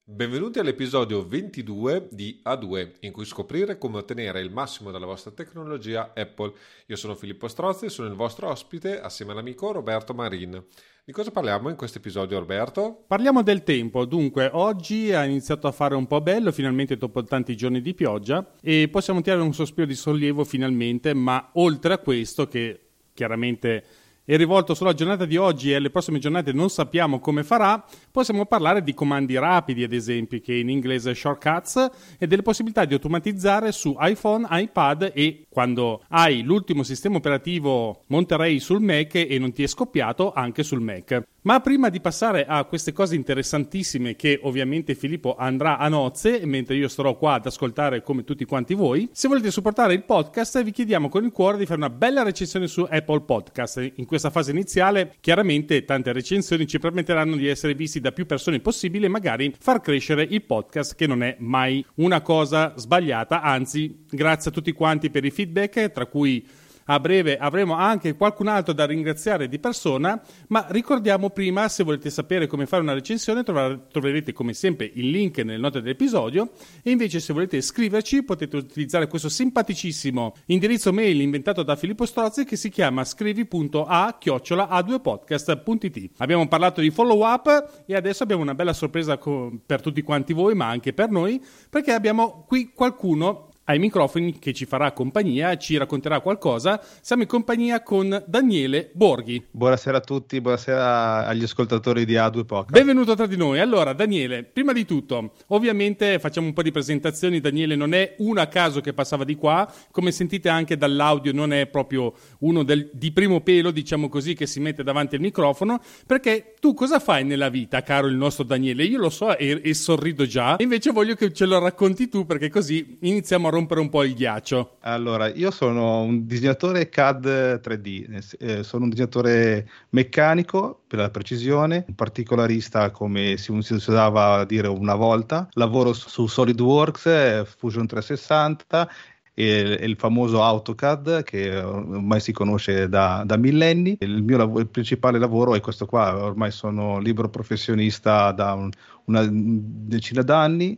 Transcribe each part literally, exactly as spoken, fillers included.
Benvenuti all'episodio ventidue di A due, in cui scoprire come ottenere il massimo dalla vostra tecnologia Apple. Io sono Filippo Strozzi e sono il vostro ospite assieme all'amico Roberto Marin. Di cosa parliamo in questo episodio, Roberto? Parliamo del tempo. Dunque, oggi ha iniziato a fare un po' bello, finalmente dopo tanti giorni di pioggia, e possiamo tirare un sospiro di sollievo finalmente, ma oltre a questo, che chiaramente è rivolto solo alla giornata di oggi e alle prossime giornate non sappiamo come farà, possiamo parlare di comandi rapidi, ad esempio, che in inglese shortcuts, e delle possibilità di automatizzare su iPhone, iPad e quando hai l'ultimo sistema operativo Monterey sul Mac e non ti è scoppiato anche sul Mac. Ma prima di passare a queste cose interessantissime che ovviamente Filippo andrà a nozze, mentre io starò qua ad ascoltare come tutti quanti voi, se volete supportare il podcast vi chiediamo con il cuore di fare una bella recensione su Apple Podcast. In questa fase iniziale chiaramente tante recensioni ci permetteranno di essere visti da più persone possibile e magari far crescere il podcast, che non è mai una cosa sbagliata, anzi grazie a tutti quanti per i feedback, tra cui a breve avremo anche qualcun altro da ringraziare di persona, ma ricordiamo prima, se volete sapere come fare una recensione trovar- troverete come sempre il link nelle note dell'episodio, e invece se volete scriverci potete utilizzare questo simpaticissimo indirizzo mail inventato da Filippo Strozzi che si chiama scrivi punto a chiocciola a due podcast punto it. Abbiamo parlato di follow up e adesso abbiamo una bella sorpresa co- per tutti quanti voi, ma anche per noi, perché abbiamo qui qualcuno ai microfoni che ci farà compagnia, ci racconterà qualcosa. Siamo in compagnia con Daniele Borghi. Buonasera a tutti, buonasera agli ascoltatori di A due Podcast. Benvenuto tra di noi. Allora, Daniele, prima di tutto, ovviamente facciamo un po' di presentazioni. Daniele non è uno a caso che passava di qua, come sentite anche dall'audio non è proprio uno del, di primo pelo, diciamo così, che si mette davanti al microfono, perché tu cosa fai nella vita, caro il nostro Daniele? Io lo so e, e sorrido già, e invece voglio che ce lo racconti tu, perché così iniziamo a rompere un po' il ghiaccio. Allora, io sono un disegnatore C A D tre D, eh, sono un disegnatore meccanico per la precisione, un particolarista come si usava dire una volta, lavoro su SolidWorks, eh, Fusion trecentosessanta e, e il famoso AutoCAD che ormai si conosce da, da millenni. Il mio lav- il principale lavoro è questo qua, ormai sono libero professionista da un, una decina d'anni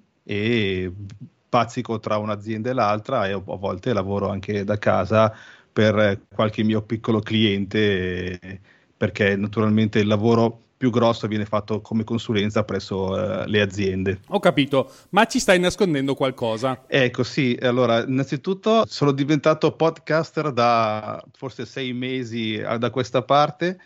e bazzico tra un'azienda e l'altra, e a volte lavoro anche da casa per qualche mio piccolo cliente, perché naturalmente il lavoro più grosso viene fatto come consulenza presso uh, le aziende. Ho capito, ma ci stai nascondendo qualcosa? Ecco, sì. Allora, innanzitutto sono diventato podcaster da forse sei mesi da questa parte,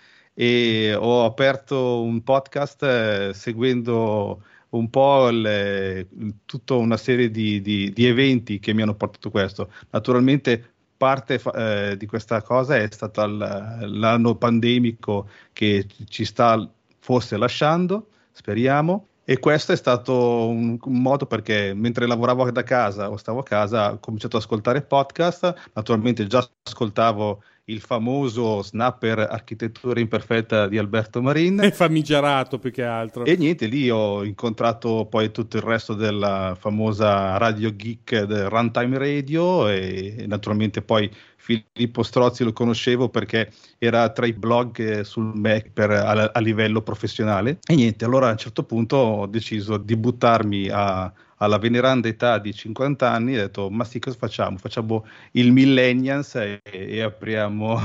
e ho aperto un podcast eh, seguendo un po' le, tutta una serie di, di, di eventi che mi hanno portato questo. Naturalmente parte eh, di questa cosa è stata l'anno pandemico che ci sta forse lasciando, speriamo, e questo è stato un, un modo, perché mentre lavoravo da casa o stavo a casa ho cominciato ad ascoltare podcast. Naturalmente già ascoltavo il famoso Snapper Architettura Imperfetta di Alberto Marin. È famigerato più che altro. E niente, lì ho incontrato poi tutto il resto della famosa Radio Geek del Runtime Radio, e, e naturalmente poi Filippo Strozzi lo conoscevo perché era tra i blog sul Mac per, a, a livello professionale. E niente, allora a un certo punto ho deciso di buttarmi a alla veneranda età di cinquanta anni, ho detto, ma sì, cosa facciamo? Facciamo il Millennials e, e apriamo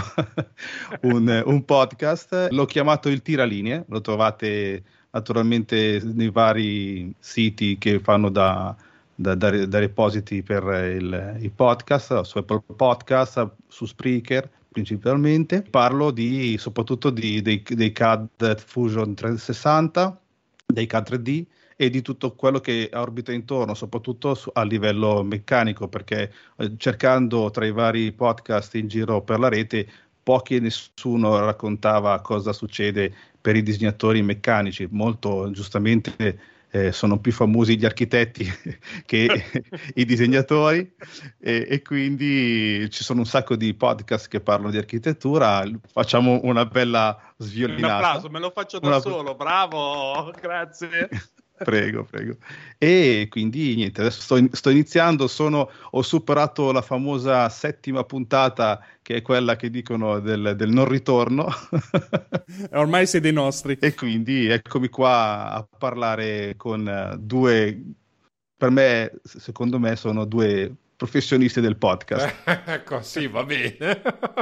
un, un podcast. L'ho chiamato il Tiralinee, lo trovate naturalmente nei vari siti che fanno da, da, da, da repository per il, i podcast, su Apple Podcast, su Spreaker principalmente. Parlo di, soprattutto di, dei, dei C A D Fusion trecentosessanta, dei C A D tre D, e di tutto quello che orbita intorno, soprattutto su, a livello meccanico, perché eh, cercando tra i vari podcast in giro per la rete, pochi e nessuno raccontava cosa succede per i disegnatori meccanici. Molto giustamente eh, sono più famosi gli architetti che i disegnatori, e, e quindi ci sono un sacco di podcast che parlano di architettura. Facciamo una bella sviolinata. Un applauso, me lo faccio da una... solo, bravo, grazie. Prego, prego. E quindi niente, adesso sto, in- sto iniziando, sono, ho superato la famosa settima puntata, che è quella che dicono del, del non ritorno. Ormai sei dei nostri. E quindi eccomi qua a parlare con eh, due, per me, secondo me, sono due professionisti del podcast. Ecco, sì, va bene.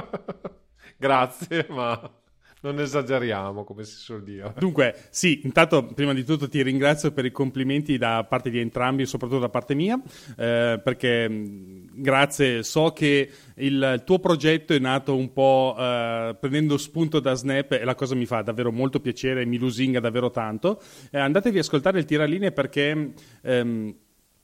Grazie, ma non esageriamo, come si suol dire. Dunque, sì, intanto prima di tutto ti ringrazio per i complimenti da parte di entrambi, soprattutto da parte mia, eh, perché mh, grazie, so che il tuo progetto è nato un po' eh, prendendo spunto da Snap e la cosa mi fa davvero molto piacere, mi lusinga davvero tanto. Eh, andatevi a ascoltare il tiralinee perché... Ehm,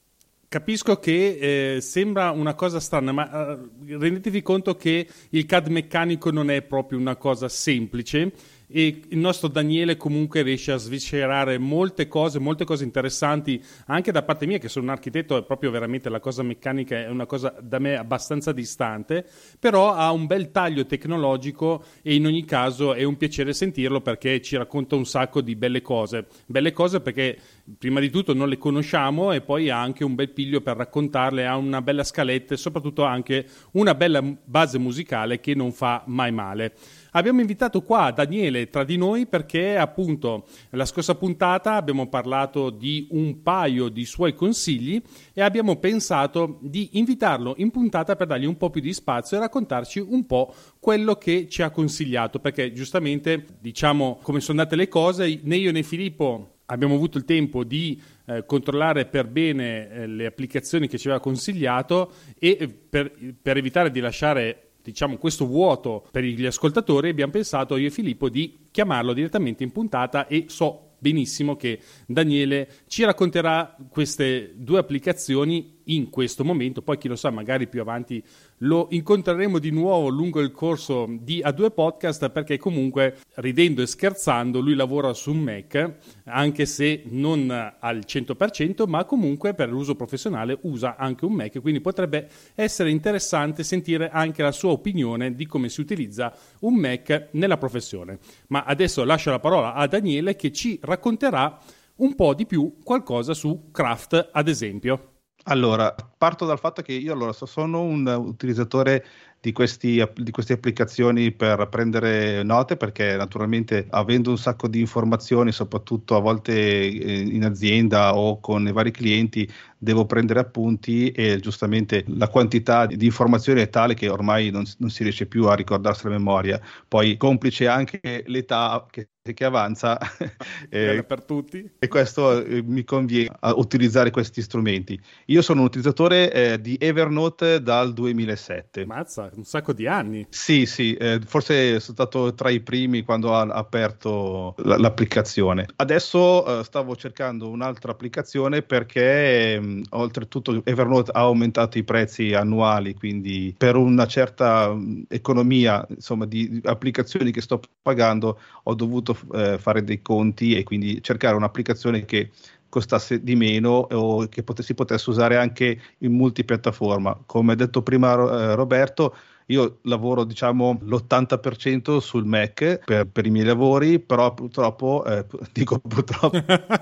Capisco che eh, sembra una cosa strana, ma eh, rendetevi conto che il C A D meccanico non è proprio una cosa semplice e il nostro Daniele comunque riesce a sviscerare molte cose, molte cose interessanti anche da parte mia, che sono un architetto, è proprio veramente la cosa meccanica è una cosa da me abbastanza distante, però ha un bel taglio tecnologico e in ogni caso è un piacere sentirlo perché ci racconta un sacco di belle cose, belle cose perché prima di tutto non le conosciamo e poi ha anche un bel piglio per raccontarle, ha una bella scaletta e soprattutto anche una bella base musicale che non fa mai male. Abbiamo invitato qua Daniele tra di noi perché appunto la scorsa puntata abbiamo parlato di un paio di suoi consigli e abbiamo pensato di invitarlo in puntata per dargli un po' più di spazio e raccontarci un po' quello che ci ha consigliato, perché giustamente diciamo come sono andate le cose, né io né Filippo abbiamo avuto il tempo di eh, controllare per bene eh, le applicazioni che ci aveva consigliato e per, per evitare di lasciare diciamo questo vuoto per gli ascoltatori abbiamo pensato io e Filippo di chiamarlo direttamente in puntata e so benissimo che Daniele ci racconterà queste due applicazioni in questo momento, poi chi lo sa magari più avanti lo incontreremo di nuovo lungo il corso di A due Podcast perché comunque ridendo e scherzando lui lavora su un Mac anche se non al cento per cento ma comunque per l'uso professionale usa anche un Mac, quindi potrebbe essere interessante sentire anche la sua opinione di come si utilizza un Mac nella professione. Ma adesso lascio la parola a Daniele che ci racconterà un po' di più qualcosa su Craft ad esempio. Allora, parto dal fatto che io allora, sono un utilizzatore di, questi, di queste applicazioni per prendere note perché naturalmente avendo un sacco di informazioni, soprattutto a volte in azienda o con i vari clienti, devo prendere appunti e giustamente la quantità di informazioni è tale che ormai non, non si riesce più a ricordarsi a memoria. Poi complice anche l'età che che avanza eh, per tutti e questo eh, mi conviene a utilizzare questi strumenti. Io sono un utilizzatore eh, di Evernote dal duemilasette. Mazza, un sacco di anni. Sì, sì, eh, forse sono stato tra i primi quando ha aperto l- l'applicazione. Adesso eh, stavo cercando un'altra applicazione perché mh, oltretutto Evernote ha aumentato i prezzi annuali, quindi per una certa mh, economia, insomma, di, di applicazioni che sto pagando ho dovuto eh, fare dei conti e quindi cercare un'applicazione che costasse di meno o che pot- si potesse usare anche in multipiattaforma. Come ha detto prima eh, Roberto, io lavoro diciamo l'ottanta per cento sul Mac per, per i miei lavori, però purtroppo, eh, dico purtroppo,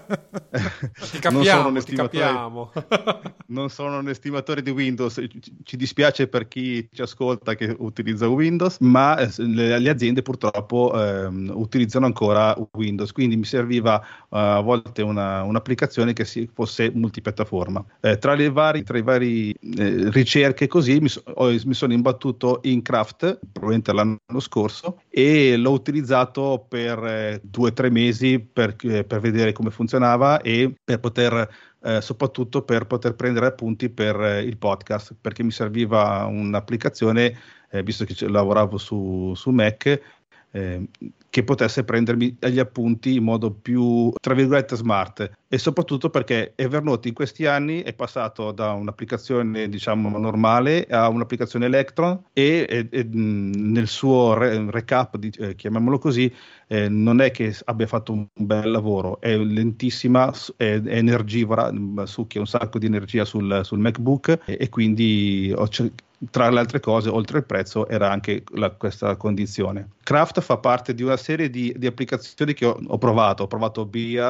ti capiamo, non sono un ti estimatore, capiamo. non sono un estimatore di Windows, ci, ci dispiace per chi ci ascolta che utilizza Windows, ma eh, le, le aziende purtroppo eh, utilizzano ancora Windows, quindi mi serviva uh, a volte una, un'applicazione che si, fosse multipiattaforma. Eh, tra le vari, tra i vari eh, ricerche così mi, so, ho, mi sono imbattuto in Craft, probabilmente l'anno scorso, e l'ho utilizzato per eh, due o tre mesi per, eh, per vedere come funzionava e per poter eh, soprattutto per poter prendere appunti per eh, il podcast, perché mi serviva un'applicazione, eh, visto che lavoravo su, su Mac, eh, che potesse prendermi gli appunti in modo più, tra virgolette, smart, e soprattutto perché Evernote in questi anni è passato da un'applicazione diciamo normale a un'applicazione Electron e, e, e nel suo re, recap, di, eh, chiamiamolo così, eh, non è che abbia fatto un bel lavoro, è lentissima, è, è energivora, succhia un sacco di energia sul, sul MacBook e, e quindi ho cercato, tra le altre cose, oltre il prezzo, era anche la, questa condizione. Craft fa parte di una serie di, di applicazioni che ho, ho provato. Ho provato Beer,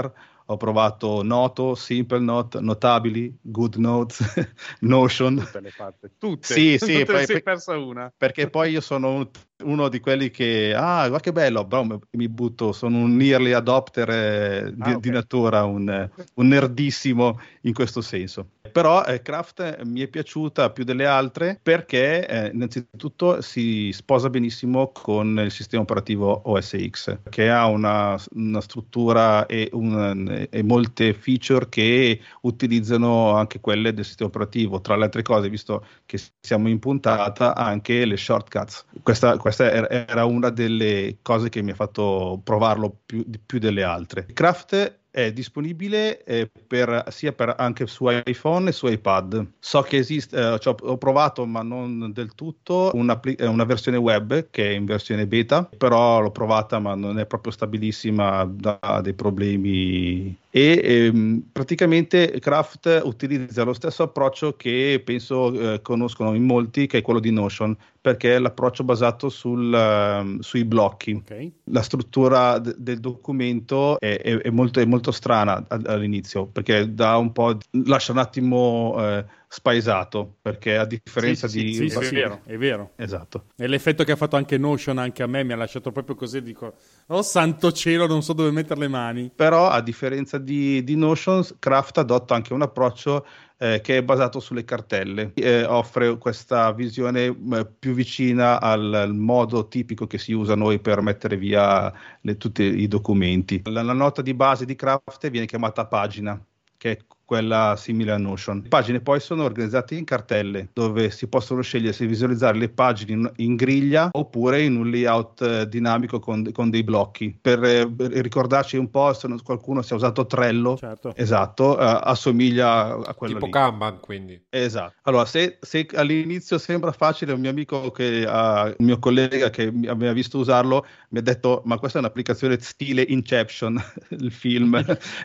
ho provato Noto, Simple Note, Notably, Good Notes, Notion. Tutte le fatte, tutte. Sì, sì, tutte poi, si è persa una. Perché poi io sono un, uno di quelli che, ah, guarda che bello, bro, mi butto, sono un early adopter eh, di, Ah, okay. di natura, un, un nerdissimo in questo senso. Però eh, Craft mi è piaciuta più delle altre perché eh, innanzitutto si sposa benissimo con il sistema operativo O S X, che ha una, una struttura e, un, e molte feature che utilizzano anche quelle del sistema operativo. Tra le altre cose, visto che siamo in puntata, anche le shortcuts. Questa, questa era una delle cose che mi ha fatto provarlo più, più delle altre. Craft è disponibile eh, per, sia per anche su iPhone e su iPad. So che esiste, eh, cioè, ho provato ma non del tutto una, una versione web che è in versione beta, però l'ho provata ma non è proprio stabilissima, da dei problemi. E ehm, praticamente Craft utilizza lo stesso approccio che penso eh, conoscono in molti, che è quello di Notion, perché è l'approccio basato sul, uh, sui blocchi. Okay. La struttura d- del documento è, è, è, molto, è molto strana all'inizio, perché dà un po', lascia un attimo eh, spaesato, perché a differenza sì, di... Sì, sì, sì, è vero, è vero. Esatto. E l'effetto che ha fatto anche Notion, anche a me, mi ha lasciato proprio così, dico, oh santo cielo, non so dove mettere le mani. Però a differenza di, di Notion, Craft adotta anche un approccio Eh, che è basato sulle cartelle, eh, offre questa visione eh, più vicina al, al modo tipico che si usa noi per mettere via le, tutti i documenti. La, la nota di base di Craft viene chiamata pagina, che è quella simile a Notion. Le pagine poi sono organizzate in cartelle, dove si possono scegliere se visualizzare le pagine in, in griglia oppure in un layout eh, dinamico con, con dei blocchi. Per, eh, per ricordarci un po', se non, qualcuno si è usato Trello, certo. Esatto, eh, assomiglia a quello tipo lì. Kanban, quindi. Esatto. Allora, se, se all'inizio sembra facile, un mio amico, che ha, un mio collega che mi aveva visto usarlo, mi ha detto, ma questa è un'applicazione stile Inception, il film,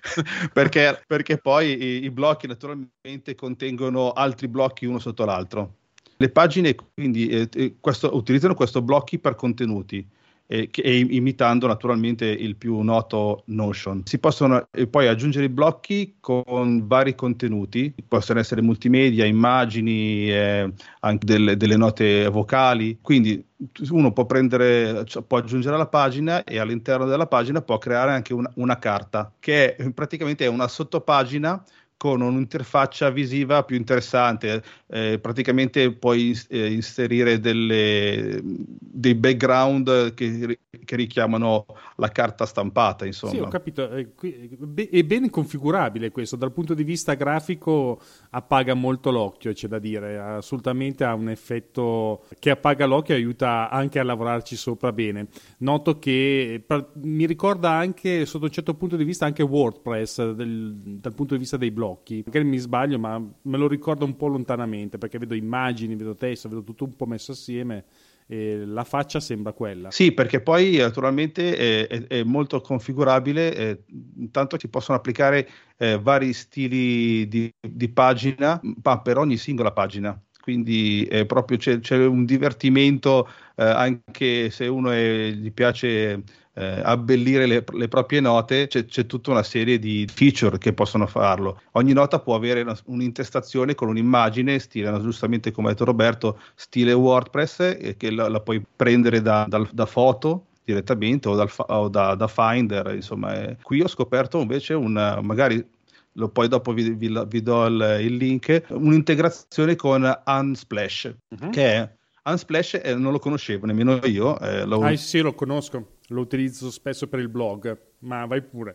perché, perché poi i, i blocchi naturalmente contengono altri blocchi uno sotto l'altro. Le pagine quindi eh, questo, utilizzano questo blocchi per contenuti. E, e imitando naturalmente il più noto Notion. Si possono eh, poi aggiungere i blocchi con vari contenuti, possono essere multimedia, immagini, eh, anche delle, delle note vocali, quindi uno può prendere, cioè, può aggiungere alla pagina e all'interno della pagina può creare anche una, una carta, che è, praticamente è una sottopagina con un'interfaccia visiva più interessante, eh, praticamente puoi eh, inserire delle, dei background che, che richiamano la carta stampata, insomma. Sì, ho capito, è ben configurabile questo, dal punto di vista grafico appaga molto l'occhio, c'è da dire, assolutamente ha un effetto che appaga l'occhio e aiuta anche a lavorarci sopra bene. Noto che mi ricorda anche, sotto un certo punto di vista, anche WordPress del, dal punto di vista dei blog. Magari mi sbaglio, ma me lo ricordo un po' lontanamente, perché vedo immagini, vedo testo, vedo tutto un po' messo assieme e la faccia sembra quella. Sì, perché poi naturalmente è, è, è molto configurabile, eh, intanto si possono applicare eh, vari stili di, di pagina, ma per ogni singola pagina. Quindi è proprio, c'è, c'è un divertimento eh, anche se uno è, gli piace eh, abbellire le, le proprie note, c'è, c'è tutta una serie di feature che possono farlo. Ogni nota può avere una, un'intestazione con un'immagine, stile, giustamente come ha detto Roberto, stile WordPress, eh, che la, la puoi prendere da, da, da foto direttamente o, dal, o da, da Finder, insomma. Eh. Qui ho scoperto invece una, magari lo poi dopo vi, vi, vi do il, il link, un'integrazione con Unsplash, uh-huh. che è Unsplash, eh, non lo conoscevo nemmeno io. Eh, lo... Ah sì, lo conosco, lo utilizzo spesso per il blog, ma vai pure.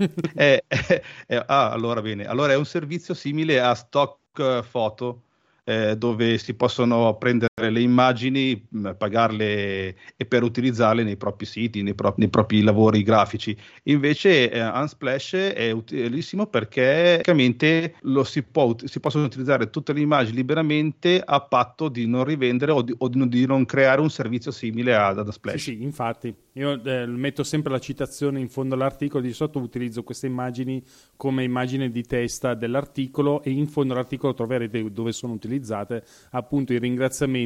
eh, eh, eh, ah, allora bene, allora è un servizio simile a Stock Photo, eh, dove si possono prendere le immagini, mh, pagarle e per utilizzarle nei propri siti, nei, pro- nei propri lavori grafici. Invece eh, Unsplash è utilissimo perché praticamente lo si, può, si possono utilizzare tutte le immagini liberamente a patto di non rivendere o di, o di non creare un servizio simile ad Unsplash. Sì, sì, infatti. Io eh, metto sempre la citazione in fondo all'articolo, di sotto utilizzo queste immagini come immagine di testa dell'articolo e in fondo all'articolo troverete dove sono utilizzate appunto i ringraziamenti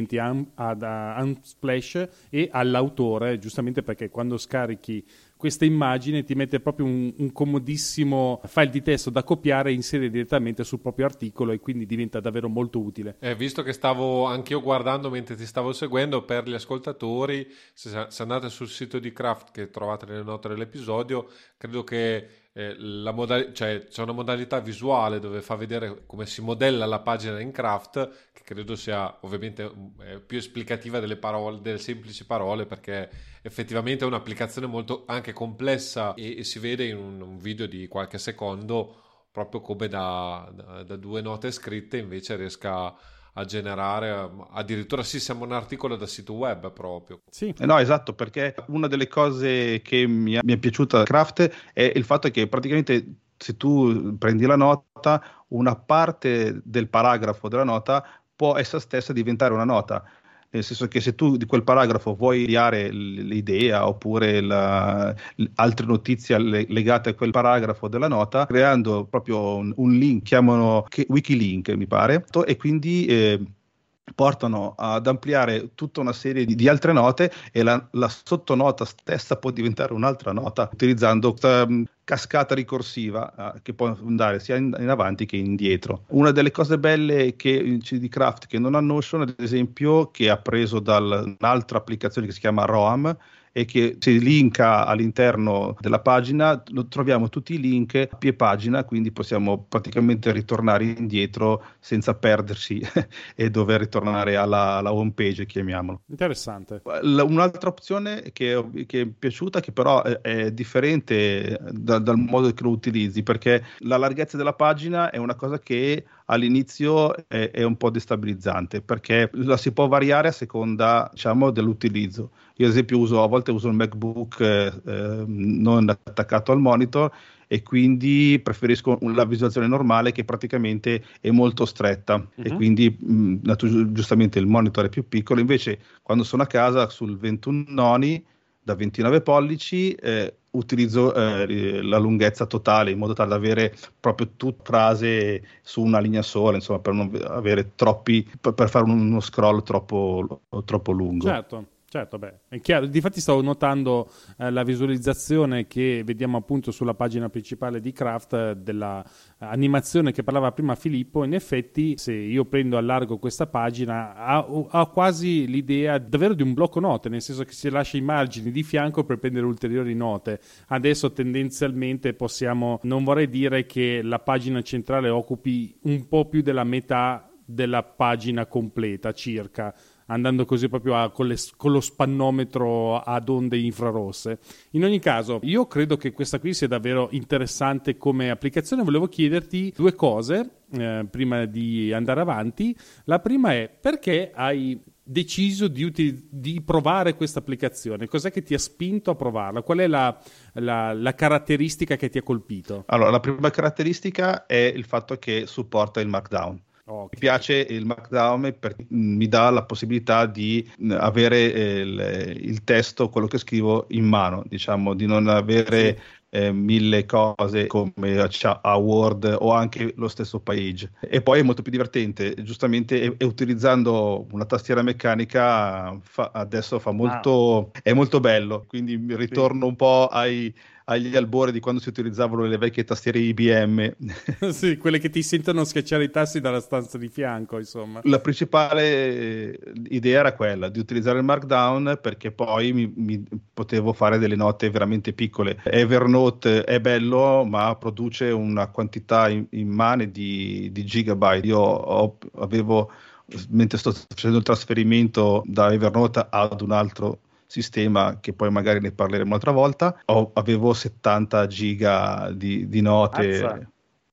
clienti un- ad a Unsplash e all'autore, giustamente perché quando scarichi questa immagine ti mette proprio un, un comodissimo file di testo da copiare e inserire direttamente sul proprio articolo, e quindi diventa davvero molto utile. Eh, visto che stavo anch'io guardando mentre ti stavo seguendo, per gli ascoltatori, se, se andate sul sito di Craft che trovate nelle note dell'episodio, credo che eh, la modal- cioè, c'è una modalità visuale dove fa vedere come si modella la pagina in Craft, che credo sia ovviamente eh, più esplicativa delle parole, delle semplici parole, perché effettivamente è un'applicazione molto anche complessa e, e si vede in un, un video di qualche secondo proprio come da, da, da due note scritte invece riesca a generare, addirittura sì, sembra un articolo da sito web proprio. Sì. Eh no, esatto, perché una delle cose che mi è, mi è piaciuta da Craft è il fatto che praticamente se tu prendi la nota, una parte del paragrafo della nota può essa stessa diventare una nota. Nel senso che se tu di quel paragrafo vuoi inviare l'idea oppure la, altre notizie legate a quel paragrafo della nota, creando proprio un, un link, chiamano Wikilink mi pare, e quindi eh, portano ad ampliare tutta una serie di, di altre note, e la, la sottonota stessa può diventare un'altra nota utilizzando questa um, cascata ricorsiva uh, che può andare sia in, in avanti che indietro. Una delle cose belle che c'è di Craft che non ha Notion, ad esempio, che ha preso da un'altra applicazione che si chiama Roam, e che si linka all'interno della pagina, lo troviamo tutti i link a pie pagina, quindi possiamo praticamente ritornare indietro senza perderci e dover ritornare alla, alla home page, chiamiamolo. Interessante. Un'altra opzione che, che è piaciuta, che però è, è differente da, dal modo che lo utilizzi, perché la larghezza della pagina è una cosa che all'inizio è, è un po' destabilizzante, perché la si può variare a seconda, diciamo, dell'utilizzo. Io ad esempio uso, a volte uso il MacBook eh, eh, non attaccato al monitor, e quindi preferisco la visualizzazione normale, che praticamente è molto stretta, uh-huh. E quindi mh, natu- giustamente il monitor è più piccolo. Invece quando sono a casa sul ventuno noni da ventinove pollici eh, utilizzo eh, la lunghezza totale, in modo tale da avere proprio tutta frase su una linea sola, insomma, per non avere troppi, per, per fare uno scroll troppo, troppo lungo. Certo. Certo, beh, è chiaro. Difatti stavo notando eh, la visualizzazione che vediamo appunto sulla pagina principale di Craft eh, della animazione che parlava prima Filippo. In effetti, se io prendo a largo questa pagina, ha, ha quasi l'idea davvero di un blocco note, nel senso che si lascia i margini di fianco per prendere ulteriori note. Adesso tendenzialmente possiamo, non vorrei dire che la pagina centrale occupi un po' più della metà della pagina completa circa, andando così proprio a, con, le, con lo spannometro ad onde infrarosse. In ogni caso, io credo che questa qui sia davvero interessante come applicazione. Volevo chiederti due cose eh, prima di andare avanti. La prima è: perché hai deciso di, uti- di provare questa applicazione? Cos'è che ti ha spinto a provarla? Qual è la, la, la caratteristica che ti ha colpito? Allora, la prima caratteristica è il fatto che supporta il Markdown. Okay. Mi piace il Markdown perché mi dà la possibilità di avere il, il testo, quello che scrivo, in mano, diciamo, di non avere sì. eh, mille cose come a Word o anche lo stesso Page. E poi è molto più divertente, giustamente, e, e utilizzando una tastiera meccanica fa, adesso fa molto, wow. È molto bello, quindi ritorno sì. un po' ai agli albori di quando si utilizzavano le vecchie tastiere I B M. Sì, quelle che ti sentono schiacciare i tasti dalla stanza di fianco, insomma. La principale idea era quella di utilizzare il Markdown, perché poi mi, mi potevo fare delle note veramente piccole. Evernote è bello, ma produce una quantità immane di, di gigabyte. Io ho, avevo, mentre sto facendo il trasferimento da Evernote ad un altro sistema, che poi magari ne parleremo un'altra volta, ho, avevo settanta giga di, di note.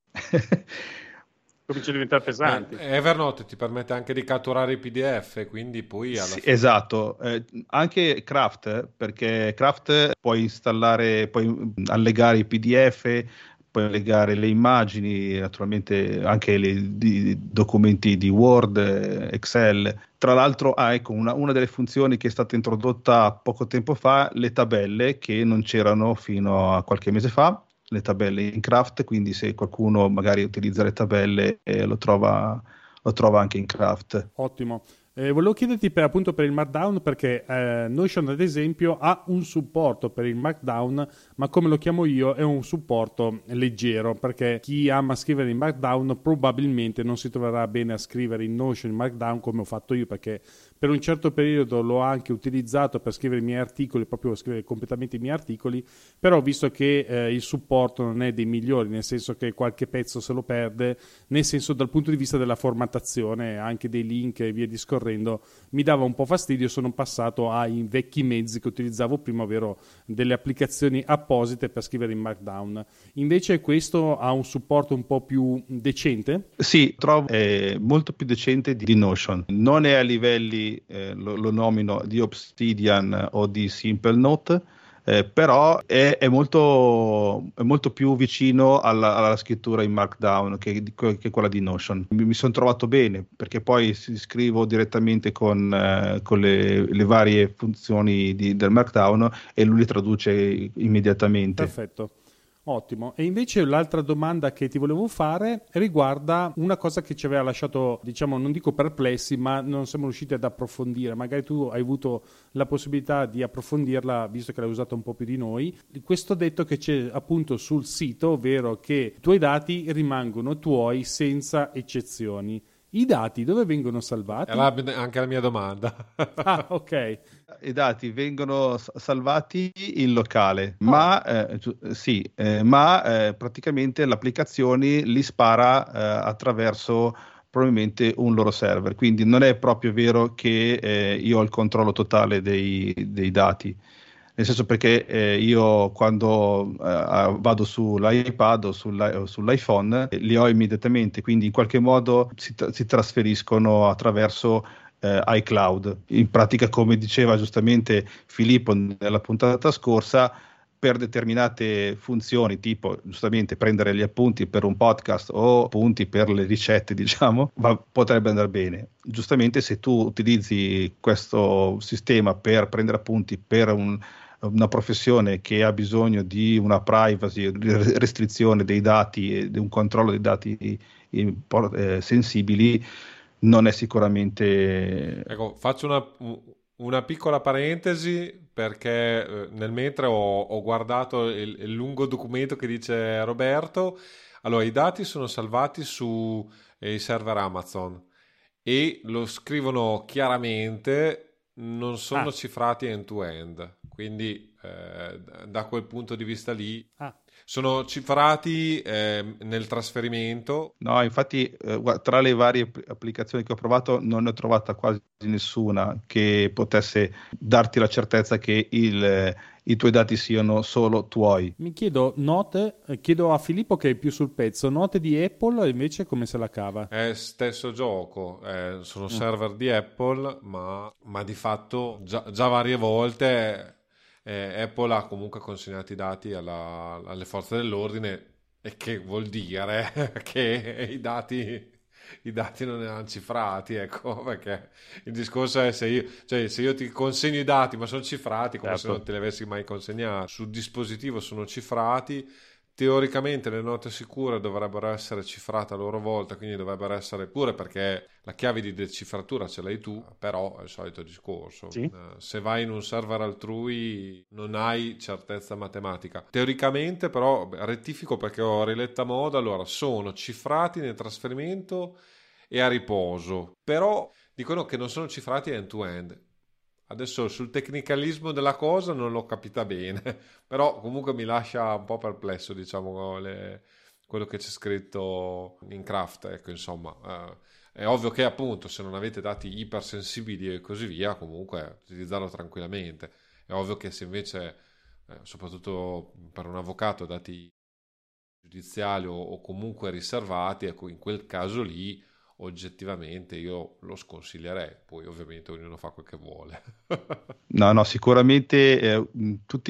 Comincia a diventare pesante. Eh, Evernote ti permette anche di catturare i P D F, quindi poi alla sì, fine... Esatto, eh, anche Craft, perché Craft puoi installare, puoi allegare i P D F, puoi allegare le immagini, naturalmente anche i documenti di Word, Excel. Tra l'altro ha ah, ecco, una, una delle funzioni che è stata introdotta poco tempo fa, le tabelle, che non c'erano fino a qualche mese fa, le tabelle in Craft, quindi se qualcuno magari utilizza le tabelle eh, lo trova, lo trova anche in Craft. Ottimo. Eh, volevo chiederti per, appunto per il Markdown, perché eh, Notion ad esempio ha un supporto per il Markdown, ma come lo chiamo io è un supporto leggero, perché chi ama scrivere in Markdown probabilmente non si troverà bene a scrivere in Notion in Markdown come ho fatto io, perché per un certo periodo l'ho anche utilizzato per scrivere i miei articoli, proprio scrivere completamente i miei articoli, però visto che eh, il supporto non è dei migliori, nel senso che qualche pezzo se lo perde, nel senso dal punto di vista della formattazione, anche dei link e via discorrendo, mi dava un po' fastidio. Sono passato ai vecchi mezzi che utilizzavo prima, ovvero delle applicazioni apposite per scrivere in Markdown. Invece questo ha un supporto un po' più decente? Sì, trovo è molto più decente di Notion. Non è a livelli, eh, lo, lo nomino, di Obsidian o di Simplenote, Eh, però è, è, molto, è molto più vicino alla, alla scrittura in Markdown che, che quella di Notion. Mi, mi sono trovato bene, perché poi scrivo direttamente con, eh, con le, le varie funzioni di, del Markdown e lui li traduce immediatamente. Perfetto. Ottimo. E invece l'altra domanda che ti volevo fare riguarda una cosa che ci aveva lasciato, diciamo, non dico perplessi, ma non siamo riusciti ad approfondire. Magari tu hai avuto la possibilità di approfondirla, visto che l'hai usata un po' più di noi. Questo detto che c'è appunto sul sito, ovvero che i tuoi dati rimangono tuoi senza eccezioni. I dati dove vengono salvati? Era anche la mia domanda. Ah, ok. I dati vengono salvati in locale, oh. ma eh, sì, eh, ma eh, praticamente l'applicazione li spara eh, attraverso probabilmente un loro server, quindi non è proprio vero che eh, io ho il controllo totale dei, dei dati. Nel senso, perché eh, io quando eh, vado sull'iPad o, sull'i- o sull'iPhone eh, li ho immediatamente, quindi in qualche modo si, tra- si trasferiscono attraverso eh, iCloud. In pratica, come diceva giustamente Filippo nella puntata scorsa, per determinate funzioni, tipo giustamente prendere gli appunti per un podcast o appunti per le ricette, diciamo, va, potrebbe andare bene. Giustamente, se tu utilizzi questo sistema per prendere appunti per un una professione che ha bisogno di una privacy, restrizione dei dati e di un controllo dei dati eh, sensibili, non è sicuramente... Ecco, faccio una, una piccola parentesi, perché eh, nel mentre ho, ho guardato il, il lungo documento che dice Roberto. Allora, i dati sono salvati sui eh, server Amazon e lo scrivono chiaramente, non sono ah. cifrati end-to-end. Quindi eh, da quel punto di vista lì ah. sono cifrati eh, nel trasferimento. No, infatti eh, tra le varie applicazioni che ho provato non ne ho trovata quasi nessuna che potesse darti la certezza che il, i tuoi dati siano solo tuoi. Mi chiedo, note, chiedo a Filippo che è più sul pezzo, note di Apple invece come se la cava? È stesso gioco, eh, sono server mm. di Apple, ma, ma di fatto già, già varie volte... Eh, Apple ha comunque consegnato i dati alla, alle forze dell'ordine, e che vuol dire che i dati, i dati non erano cifrati, ecco, perché il discorso è se io, cioè, se io ti consegno i dati ma sono cifrati, come certo. se non te li avessi mai consegnati. Sul dispositivo sono cifrati. Teoricamente le note sicure dovrebbero essere cifrate a loro volta, quindi dovrebbero essere pure, perché la chiave di decifratura ce l'hai tu, però è il solito discorso. Sì. Uh, se vai in un server altrui non hai certezza matematica. Teoricamente però, rettifico perché ho riletto a modo, allora sono cifrati nel trasferimento e a riposo, però dicono che non sono cifrati end-to-end. Adesso sul tecnicalismo della cosa non l'ho capita bene, però comunque mi lascia un po' perplesso, diciamo, le, quello che c'è scritto in craft, ecco, insomma. Eh, è ovvio che appunto se non avete dati ipersensibili e così via, comunque utilizzarlo tranquillamente. È ovvio che se invece, eh, soprattutto per un avvocato, dati giudiziali o, o comunque riservati, ecco, in quel caso lì oggettivamente io lo sconsiglierei, poi ovviamente ognuno fa quel che vuole. no no sicuramente eh, tutte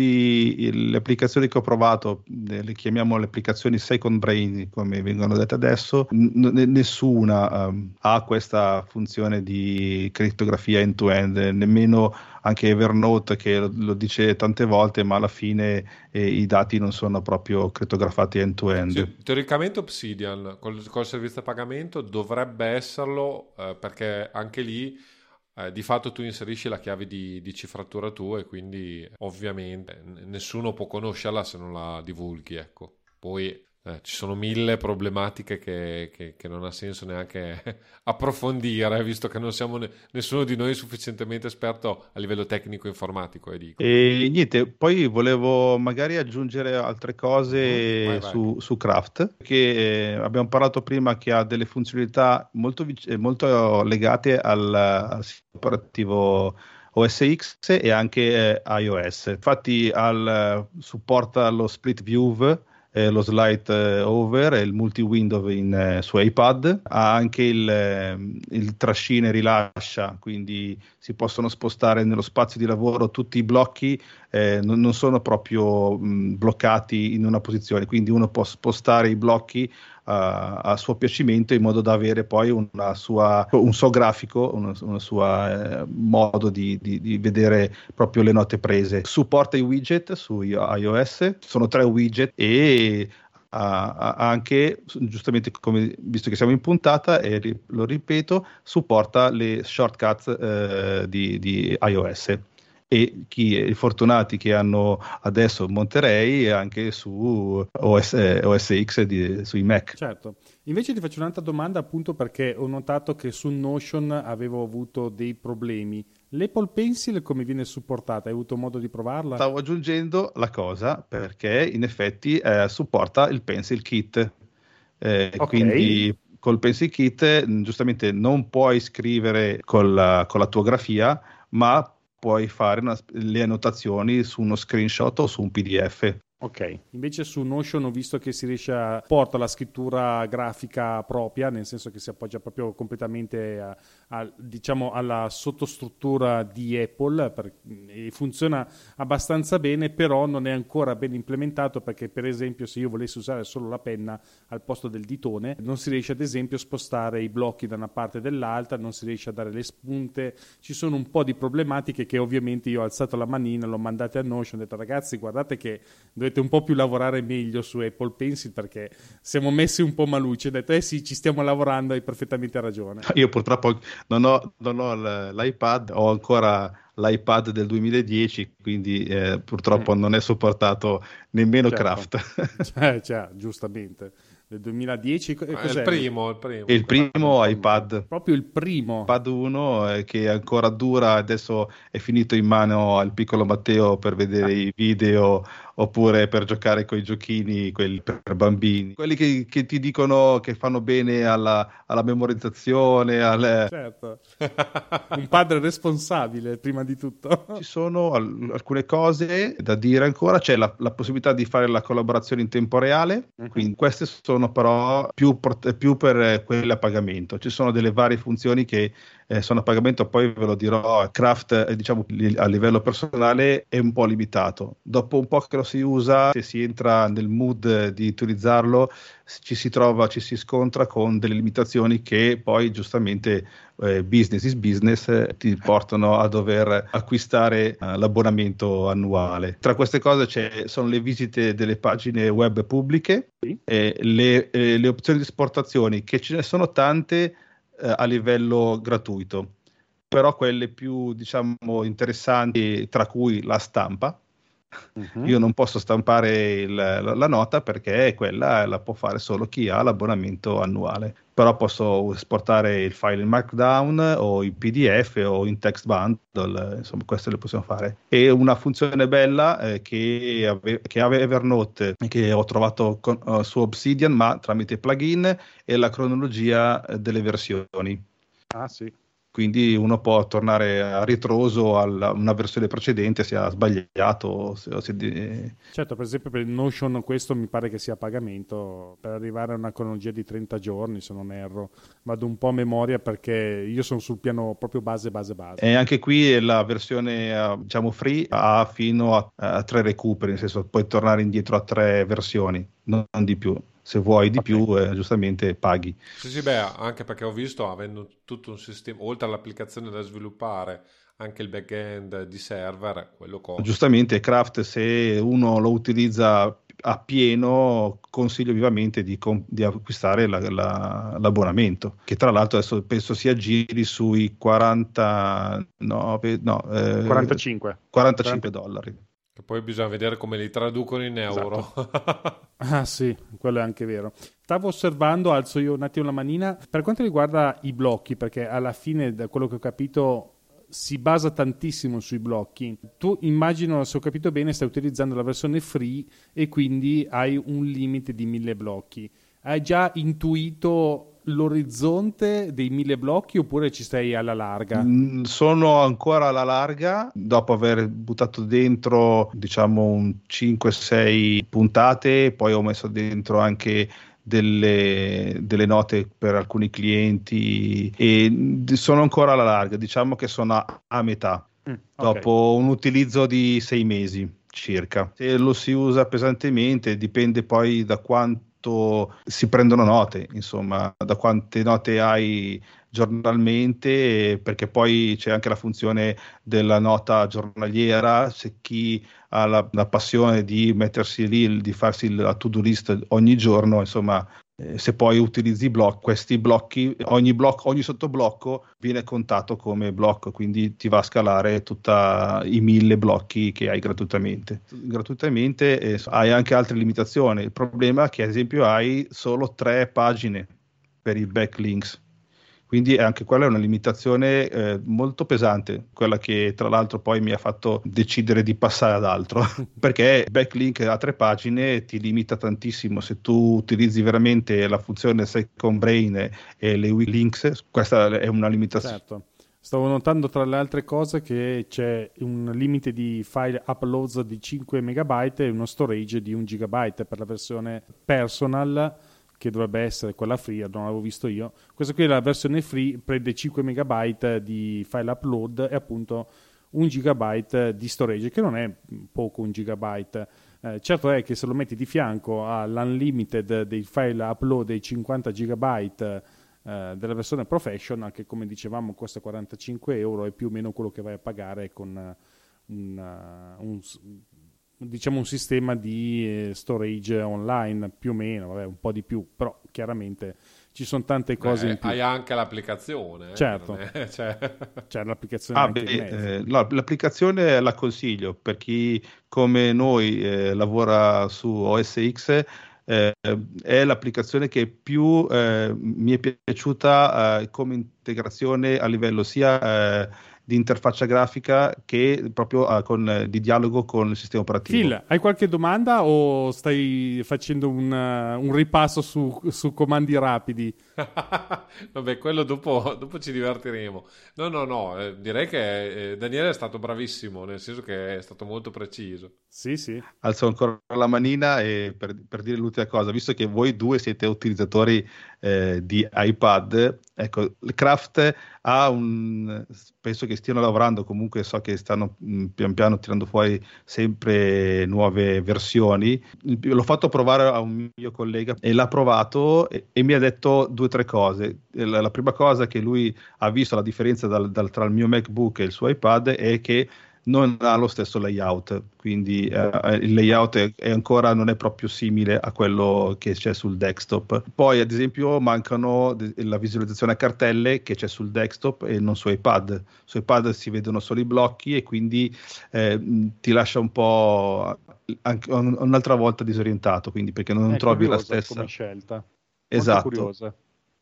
le applicazioni che ho provato, eh, le chiamiamo le applicazioni second brain come vengono dette adesso, n- nessuna um, ha questa funzione di crittografia end to end, nemmeno anche Evernote che lo, lo dice tante volte, ma alla fine eh, i dati non sono proprio crittografati end to end. Sì, teoricamente Obsidian col, col servizio a pagamento dovrebbe esserlo, eh, perché anche lì eh, di fatto tu inserisci la chiave di, di cifratura tua e quindi ovviamente nessuno può conoscerla se non la divulghi, ecco. Poi eh, ci sono mille problematiche che, che, che non ha senso neanche approfondire, visto che non siamo ne- nessuno di noi sufficientemente esperto a livello tecnico informatico, e dico. E niente, poi volevo magari aggiungere altre Mhm. cose Vai, vai. su, su Craft, che eh, abbiamo parlato prima che ha delle funzionalità molto, vic- eh, molto legate al, al sistema operativo O S X e anche eh, iOS. Infatti al, supporta lo split view, eh, lo slide eh, over e il multi-window in, eh, su iPad, ha anche il, eh, il trascina e rilascia, quindi si possono spostare nello spazio di lavoro tutti i blocchi, eh, non, non sono proprio mh, bloccati in una posizione, quindi uno può spostare i blocchi a, a suo piacimento in modo da avere poi una sua, un suo grafico, una, una sua eh, modo di, di, di vedere proprio le note prese. Supporta i widget su iOS, sono tre widget e ha, ha anche, giustamente come visto che siamo in puntata, e ri- lo ripeto, supporta le shortcuts eh, di, di iOS. E chi i fortunati che hanno adesso Monterey anche su O S, O S X di, sui Mac. Certo. Invece ti faccio un'altra domanda appunto perché ho notato che su Notion avevo avuto dei problemi. L'Apple Pencil come viene supportata? Hai avuto modo di provarla? Stavo aggiungendo la cosa perché in effetti eh, supporta il Pencil Kit. Eh, Ok. quindi col Pencil Kit mh, giustamente non puoi scrivere con la, con la tua grafia, ma puoi fare una- le annotazioni su uno screenshot o su un P D F. Ok, invece su Notion ho visto che si riesce a porta la scrittura grafica propria, nel senso che si appoggia proprio completamente a, a, diciamo alla sottostruttura di Apple per- e funziona abbastanza bene, però non è ancora ben implementato perché per esempio se io volessi usare solo la penna al posto del ditone non si riesce ad esempio a spostare i blocchi da una parte e dall'altra, non si riesce a dare le spunte, ci sono un po' di problematiche che ovviamente io ho alzato la manina, l'ho mandate a Notion, ho detto ragazzi guardate che dovete un po' più lavorare meglio su Apple Pencil perché siamo messi un po' malucci. Ho detto, eh sì, ci stiamo lavorando, hai perfettamente ragione. Io purtroppo non ho, non ho l- l'iPad, ho ancora l'iPad del duemiladieci, quindi eh, purtroppo Mm, non è supportato nemmeno certo, Craft. cioè, cioè, giustamente. Nel duemiladieci, co- e Eh, il cos'è? primo, il E primo. il primo Madonna, iPad, proprio il primo. iPad uno eh, che ancora dura, adesso è finito in mano al piccolo Matteo per vedere i video oppure per giocare con i giochini, quelli per bambini, quelli che, che ti dicono che fanno bene alla, alla memorizzazione, al, Certo. Un padre responsabile, prima di tutto. ci sono al- alcune cose da dire ancora, c'è la, la possibilità di fare la collaborazione in tempo reale, Mhm. quindi queste sono però più, port- più per eh, quelle a pagamento. Ci sono delle varie funzioni che eh, sono a pagamento, poi ve lo dirò, Craft eh, diciamo li- a livello personale è un po' limitato. Dopo un po' che lo si usa, se si entra nel mood di utilizzarlo, ci si trova, ci si scontra con delle limitazioni che poi giustamente eh, business is business eh, ti portano a dover acquistare eh, l'abbonamento annuale. Tra queste cose c'è, sono le visite delle pagine web pubbliche, Sì. eh, le, eh, le opzioni di esportazioni, che ce ne sono tante eh, a livello gratuito, però quelle più diciamo interessanti, tra cui la stampa. Mhm. Io non posso stampare il- la, la nota perché quella la può fare solo chi ha l'abbonamento annuale. Però posso esportare il file in Markdown o in P D F o in text bundle, insomma, queste le possiamo fare. E una funzione bella eh, che, ave- che ha Evernote, che ho trovato con- eh, su Obsidian, ma tramite plugin, è la cronologia eh, delle versioni. Ah sì. Quindi uno può tornare a ritroso a una versione precedente se ha sbagliato. o se- o se di- Certo, per esempio per il Notion questo mi pare che sia a pagamento per arrivare a una cronologia di trenta giorni, se non erro. Vado un po' a memoria perché io sono sul piano proprio base, base, base. E anche qui la versione eh, diciamo free ha fino a, a tre recuperi, nel senso puoi tornare indietro a tre versioni, non di più. Se vuoi di Ok. più, eh, giustamente paghi. Sì, sì, beh, anche perché ho visto, avendo tutto un sistema, oltre all'applicazione da sviluppare, anche il back-end di server, quello costa. Giustamente, Craft, se uno lo utilizza a pieno consiglio vivamente di, di acquistare la, la, l'abbonamento, che tra l'altro adesso penso si aggiri sui quarantanove, no, eh, quarantacinque quarantacinque dollari. Che poi bisogna vedere come li traducono in euro. Esatto. Ah sì, quello è anche vero. Stavo osservando, alzo io un attimo la manina, per quanto riguarda i blocchi, perché alla fine, da quello che ho capito, si basa tantissimo sui blocchi. Tu, immagino, se ho capito bene, stai utilizzando la versione free e quindi hai un limite di mille blocchi. Hai già intuito l'orizzonte dei mille blocchi oppure ci stai alla larga? Mm, sono ancora alla larga, dopo aver buttato dentro diciamo un cinque sei puntate, poi ho messo dentro anche delle, delle note per alcuni clienti e sono ancora alla larga, diciamo che sono a, a metà, mm, dopo okay. un utilizzo di sei mesi circa. Se lo si usa pesantemente dipende poi da quanto si prendono note, insomma, da quante note hai giornalmente, perché poi c'è anche la funzione della nota giornaliera, se chi ha la, la passione di mettersi lì, di farsi la to-do list ogni giorno, insomma, eh, se poi utilizzi block, questi blocchi, ogni blocco, ogni sottoblocco viene contato come blocco, quindi ti va a scalare tutti i mille blocchi che hai gratuitamente. Gratuitamente eh, hai anche altre limitazioni. Il problema è che ad esempio hai solo tre pagine per i backlinks. Quindi anche quella è una limitazione eh, molto pesante, quella che tra l'altro poi mi ha fatto decidere di passare ad altro, perché backlink a tre pagine ti limita tantissimo. Se tu utilizzi veramente la funzione Second Brain e le weak links, questa è una limitazione. Certo. Stavo notando tra le altre cose che c'è un limite di file uploads di cinque megabyte e uno storage di un gigabyte per la versione personal, che dovrebbe essere quella free, non l'avevo visto io. Questa qui è la versione free, prende cinque megabyte di file upload e appunto un gigabyte di storage, che non è poco un gigabyte. Eh, certo è che se lo metti di fianco all'unlimited dei file upload dei cinquanta gigabyte eh, della versione professional, che come dicevamo costa quarantacinque euro, è più o meno quello che vai a pagare con un, un diciamo un sistema di storage online, più o meno, vabbè, un po' di più, però chiaramente ci sono tante cose beh, in più. Hai anche l'applicazione, eh, certo, è, cioè... c'è l'applicazione ah, anche beh, in mezzo. Eh, no, l'applicazione la consiglio per chi come noi eh, lavora su O S X. Eh, è l'applicazione che più eh, mi è piaciuta eh, come integrazione a livello sia eh, di interfaccia grafica che proprio uh, con, di dialogo con il sistema operativo. Phil, hai qualche domanda o stai facendo un, uh, un ripasso su, su comandi rapidi? Vabbè, quello dopo, dopo ci divertiremo. No, no, no, eh, direi che eh, Daniele è stato bravissimo, nel senso che è stato molto preciso. Sì, sì. Alzo ancora la manina e per, per dire l'ultima cosa, visto che voi due siete utilizzatori eh, di iPad, ecco, il Craft ha un, penso che stiano lavorando, comunque so che stanno mh, pian piano tirando fuori sempre nuove versioni. L'ho fatto provare a un mio collega e l'ha provato e, e mi ha detto due o tre cose. La, la prima cosa che lui ha visto la differenza dal, dal, tra il mio MacBook e il suo iPad è che non ha lo stesso layout, quindi eh, il layout è, è ancora non è proprio simile a quello che c'è sul desktop. Poi ad esempio mancano de- la visualizzazione a cartelle che c'è sul desktop e non su iPad. Su iPad si vedono solo i blocchi e quindi eh, ti lascia un po' anche un, un'altra volta disorientato, quindi perché non è trovi la stessa stessa come scelta. Esatto. Molto curiosa.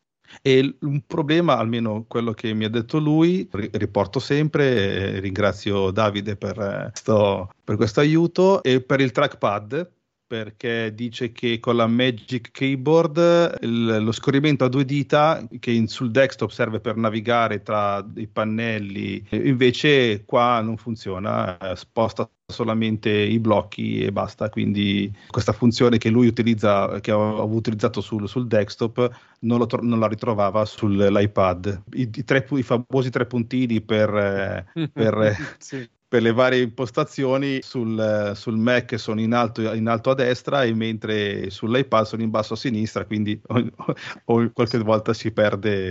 E un problema, almeno quello che mi ha detto lui, riporto sempre, eh, ringrazio Davide per, eh, sto, per questo aiuto, e per il trackpad, perché dice che con la Magic Keyboard il, lo scorrimento a due dita, che in, sul desktop serve per navigare tra i pannelli, invece qua non funziona, eh, sposta solamente i blocchi e basta. Quindi questa funzione che lui utilizza, che ho utilizzato sul, sul desktop, non, lo, non la ritrovava sull'iPad. I, i, tre, i famosi tre puntini per, eh, per sì. per le varie impostazioni sul, sul Mac sono in alto, in alto a destra, e mentre sull'iPad sono in basso a sinistra, quindi o, o qualche volta si perde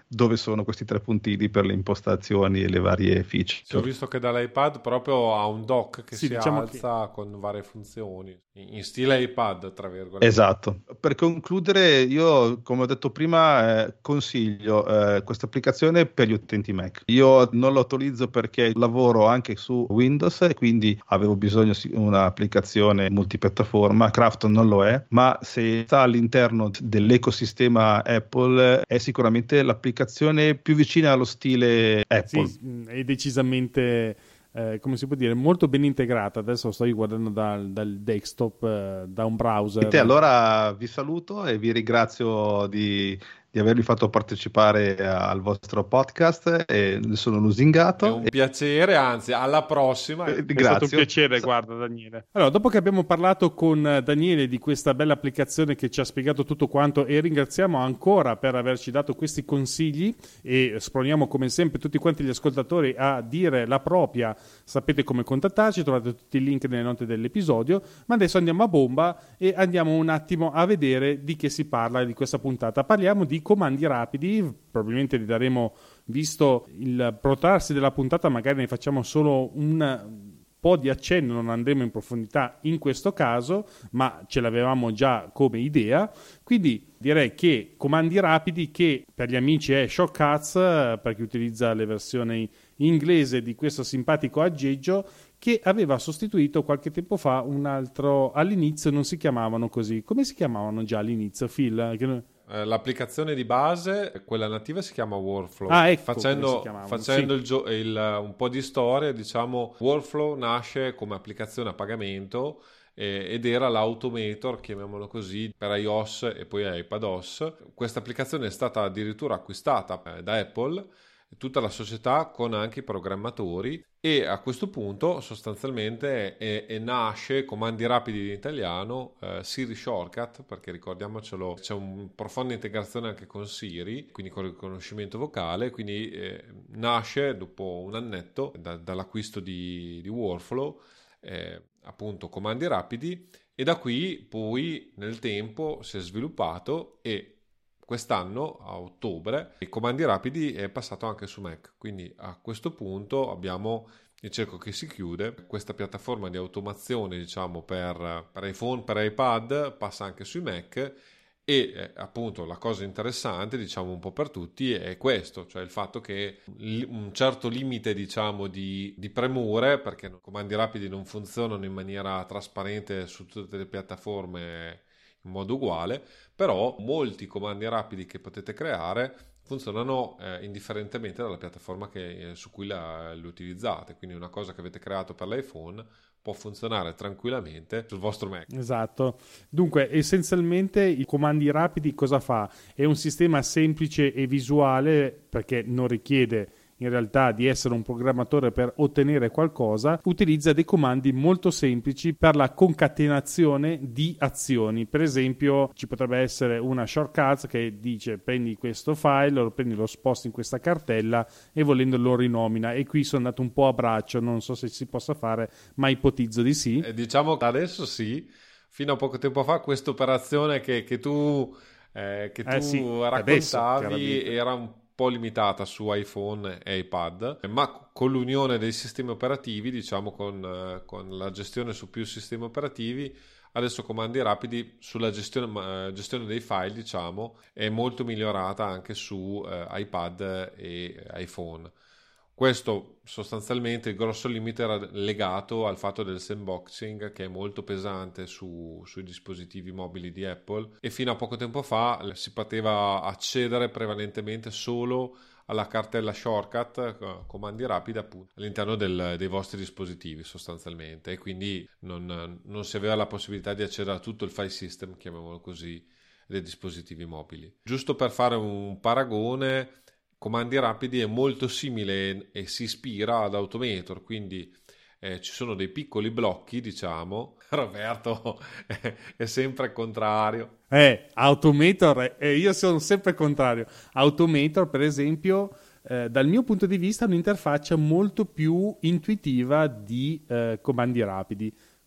dove sono questi tre puntini per le impostazioni e le varie feature. Sì, ho visto che dall'iPad proprio ha un dock che Sì, si diciamo alza che... con varie funzioni, in in stile iPad, tra virgolette. Esatto. Per concludere, io, come ho detto prima, eh, consiglio eh, questa applicazione per gli utenti Mac. Io non la utilizzo perché lavoro anche su Windows e quindi avevo bisogno di un'applicazione multipiattaforma. Craft non lo è, ma se sta all'interno dell'ecosistema Apple è sicuramente l'applicazione più vicina allo stile Apple. Sì, è decisamente... Eh, come si può dire, molto ben integrata. Adesso sto guardando dal, dal desktop, eh, da un browser. E te, allora vi saluto e vi ringrazio di, di avermi fatto partecipare al vostro podcast e ne sono lusingato. È un piacere, anzi, alla prossima. Eh, È Grazie. stato un piacere, guarda Daniele. Allora, dopo che abbiamo parlato con Daniele di questa bella applicazione che ci ha spiegato tutto quanto e ringraziamo ancora per averci dato questi consigli e sproniamo come sempre tutti quanti gli ascoltatori a dire la propria, sapete come contattarci, trovate tutti i link nelle note dell'episodio, ma adesso andiamo a bomba e andiamo un attimo a vedere di che si parla di questa puntata. Parliamo di comandi rapidi, probabilmente li daremo, visto il protrarsi della puntata, magari ne facciamo solo un po' di accenno, non andremo in profondità in questo caso, ma ce l'avevamo già come idea, quindi direi che comandi rapidi, che per gli amici è Shortcuts, per chi utilizza le versioni inglese di questo simpatico aggeggio, che aveva sostituito qualche tempo fa un altro, all'inizio non si chiamavano così, come si chiamavano già all'inizio, Phil? Che... L'applicazione di base, quella nativa, si chiama Workflow. Ah, ecco, facendo facendo sì. il gio- il, un po' di storia, diciamo, Workflow nasce come applicazione a pagamento eh, ed era l'Automator, chiamiamolo così, per iOS e poi iPadOS. Questa applicazione è stata addirittura acquistata eh, da Apple, tutta la società con anche i programmatori, e a questo punto sostanzialmente è, è nasce comandi rapidi in italiano, eh, Siri Shortcut, perché ricordiamocelo, c'è una profonda integrazione anche con Siri, quindi con il riconoscimento vocale, quindi eh, nasce dopo un annetto da, dall'acquisto di, di Workflow, eh, appunto comandi rapidi, e da qui poi nel tempo si è sviluppato e quest'anno, a ottobre, i comandi rapidi è passato anche su Mac, quindi a questo punto abbiamo il cerchio che si chiude. Questa piattaforma di automazione, diciamo, per, per iPhone, per iPad, passa anche sui Mac e eh, appunto la cosa interessante, diciamo un po' per tutti, è questo, cioè il fatto che un certo limite, diciamo, di, di premure, perché i comandi rapidi non funzionano in maniera trasparente su tutte le piattaforme in modo uguale, però molti comandi rapidi che potete creare funzionano eh, indifferentemente dalla piattaforma che, eh, su cui la, li utilizzate, quindi una cosa che avete creato per l'iPhone può funzionare tranquillamente sul vostro Mac. Esatto. Dunque, essenzialmente i comandi rapidi cosa fa? È un sistema semplice e visuale, perché non richiede in realtà di essere un programmatore per ottenere qualcosa, utilizza dei comandi molto semplici per la concatenazione di azioni. Per esempio, ci potrebbe essere una shortcut che dice prendi questo file, lo prendi, lo sposti in questa cartella e volendo lo rinomina, e qui sono andato un po' a braccio, non so se si possa fare, ma ipotizzo di sì. Eh, diciamo che adesso sì, fino a poco tempo fa questa operazione che, che tu, eh, che tu eh sì, raccontavi adesso, era un po' limitata su iPhone e iPad, ma con l'unione dei sistemi operativi, diciamo con, con la gestione su più sistemi operativi, adesso comandi rapidi sulla gestione, gestione dei file, diciamo, è molto migliorata anche su eh, iPad e iPhone. Questo sostanzialmente, il grosso limite era legato al fatto del sandboxing, che è molto pesante su, sui dispositivi mobili di Apple, e fino a poco tempo fa si poteva accedere prevalentemente solo alla cartella shortcut, comandi rapidi appunto, all'interno del, dei vostri dispositivi sostanzialmente, e quindi non, non si aveva la possibilità di accedere a tutto il file system, chiamiamolo così, dei dispositivi mobili. Giusto per fare un paragone, comandi rapidi è molto simile e si ispira ad Automator, quindi eh, ci sono dei piccoli blocchi, diciamo. Roberto è sempre contrario. Eh, Automator, eh, io sono sempre contrario. Automator, per esempio, eh, dal mio punto di vista, è un'interfaccia molto più intuitiva di eh, comandi rapidi.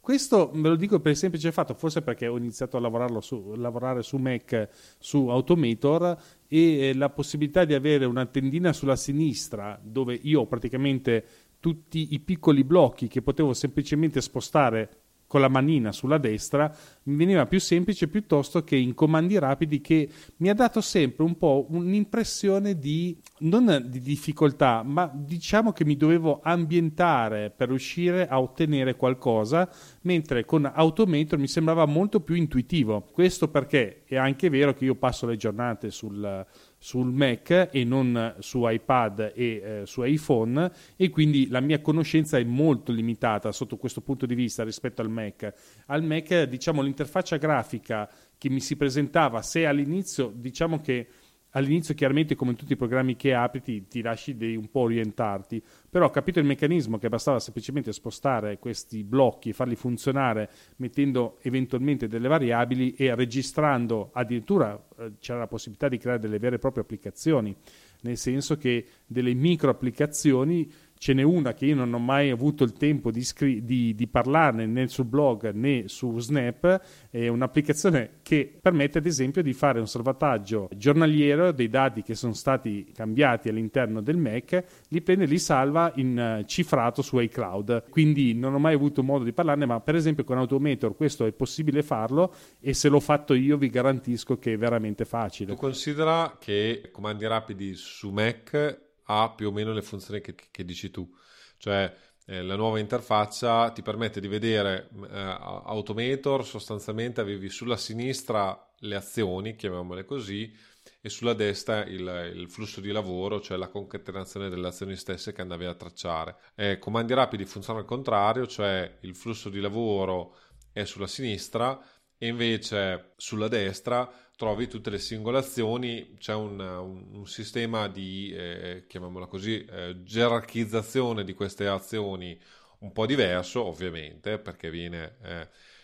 questo me lo dico per il semplice fatto, forse perché ho iniziato a lavorarlo su, lavorare su Mac, su Automator, e la possibilità di avere una tendina sulla sinistra dove io ho praticamente tutti i piccoli blocchi che potevo semplicemente spostare con la manina sulla destra, mi veniva più semplice piuttosto che in comandi rapidi, che mi ha dato sempre un po' un'impressione di, non di difficoltà, ma diciamo che mi dovevo ambientare per riuscire a ottenere qualcosa, mentre con Automator mi sembrava molto più intuitivo. Questo perché è anche vero che io passo le giornate sul sul Mac e non su iPad e eh, su iPhone, e quindi la mia conoscenza è molto limitata sotto questo punto di vista rispetto al Mac. Al Mac, diciamo, l'interfaccia grafica che mi si presentava, se all'inizio, diciamo che all'inizio chiaramente come in tutti i programmi che apri ti, ti lasci devi un po' orientarti, però ho capito il meccanismo che bastava semplicemente spostare questi blocchi e farli funzionare mettendo eventualmente delle variabili e registrando, addirittura eh, c'era la possibilità di creare delle vere e proprie applicazioni, nel senso che delle micro applicazioni. Ce n'è una che io non ho mai avuto il tempo di, scri- di, di parlarne né sul blog né su Snap. È un'applicazione che permette ad esempio di fare un salvataggio giornaliero dei dati che sono stati cambiati all'interno del Mac, li prende e li salva in uh, cifrato su iCloud. Quindi non ho mai avuto modo di parlarne, ma per esempio con Automator questo è possibile farlo, e se l'ho fatto io vi garantisco che è veramente facile. Tu considera che comandi rapidi su Mac ha più o meno le funzioni che, che dici tu, cioè eh, la nuova interfaccia ti permette di vedere eh, Automator, sostanzialmente avevi sulla sinistra le azioni, chiamiamole così, e sulla destra il, il flusso di lavoro, cioè la concatenazione delle azioni stesse che andavi a tracciare. Eh, comandi rapidi funzionano al contrario, cioè il flusso di lavoro è sulla sinistra e invece sulla destra trovi tutte le singole azioni. C'è un, un, un sistema di, eh, chiamiamola così, eh, gerarchizzazione di queste azioni un po' diverso, ovviamente, perché viene eh,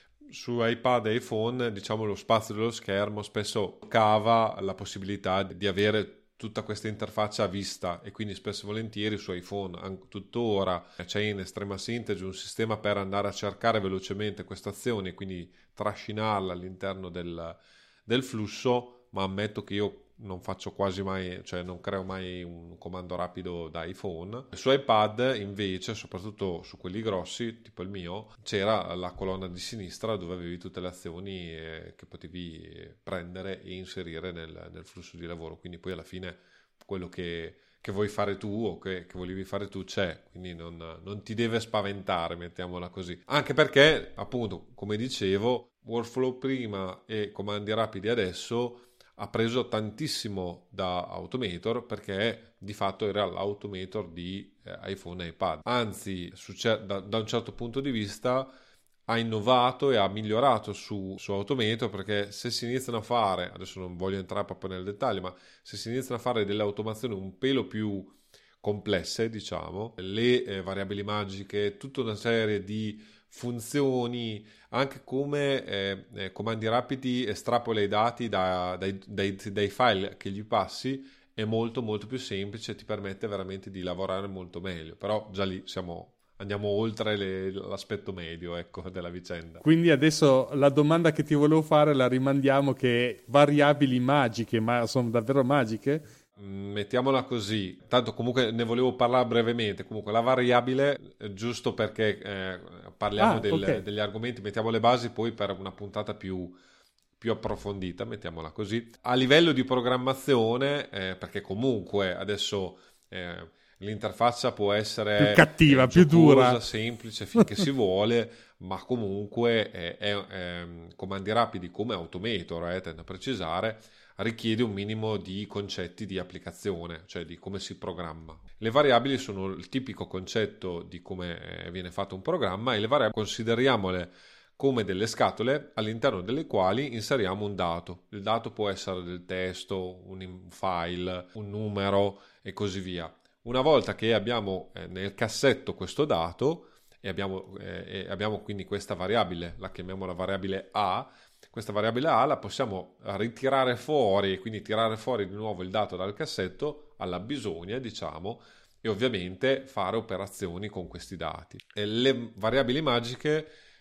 su iPad e iPhone, diciamo, lo spazio dello schermo spesso cava la possibilità di avere tutta questa interfaccia a vista, e quindi spesso e volentieri su iPhone anche tuttora c'è in estrema sintesi un sistema per andare a cercare velocemente questa azione e quindi trascinarla all'interno del, del flusso, ma ammetto che io non faccio quasi mai, cioè non creo mai un comando rapido da iPhone. Su iPad invece, soprattutto su quelli grossi tipo il mio, c'era la colonna di sinistra dove avevi tutte le azioni eh, che potevi prendere e inserire nel, nel flusso di lavoro, quindi poi alla fine quello che, che vuoi fare tu o che, che volevi fare tu c'è, quindi non, non ti deve spaventare, mettiamola così, anche perché appunto, come dicevo, workflow prima e comandi rapidi adesso ha preso tantissimo da Automator, perché di fatto era l'Automator di eh, iPhone e iPad. Anzi, su cer- da, da un certo punto di vista ha innovato e ha migliorato su, su Automator, perché se si iniziano a fare, adesso non voglio entrare proprio nel dettaglio, ma se si iniziano a fare delle automazioni un pelo più complesse, diciamo, le eh, variabili magiche, tutta una serie di funzioni, anche come eh, eh, comandi rapidi, estrapola i dati da, dai, dai, dai file che gli passi, è molto molto più semplice, ti permette veramente di lavorare molto meglio, però già lì siamo, andiamo oltre le, l'aspetto medio, ecco, della vicenda. Quindi adesso la domanda che ti volevo fare la rimandiamo, che variabili magiche, ma sono davvero magiche? Mettiamola così, tanto comunque ne volevo parlare brevemente. Comunque la variabile, giusto perché eh, parliamo ah, del, okay. degli argomenti, mettiamo le basi poi per una puntata più, più approfondita, mettiamola così. A livello di programmazione, eh, perché comunque adesso eh, l'interfaccia può essere più cattiva, eh, più giocosa, dura, semplice finché si vuole, ma comunque eh, è, è, comandi rapidi come Automator, eh, tendo a precisare, richiede un minimo di concetti di applicazione, cioè di come si programma. Le variabili sono il tipico concetto di come viene fatto un programma, e le variabili consideriamole come delle scatole all'interno delle quali inseriamo un dato. Il dato può essere del testo, un file, un numero e così via. Una volta che abbiamo eh, nel cassetto questo dato e abbiamo, eh, e abbiamo quindi questa variabile, la chiamiamo la variabile A, questa variabile A la possiamo ritirare fuori, quindi tirare fuori di nuovo il dato dal cassetto alla bisogna, diciamo, e ovviamente fare operazioni con questi dati. E le variabili magiche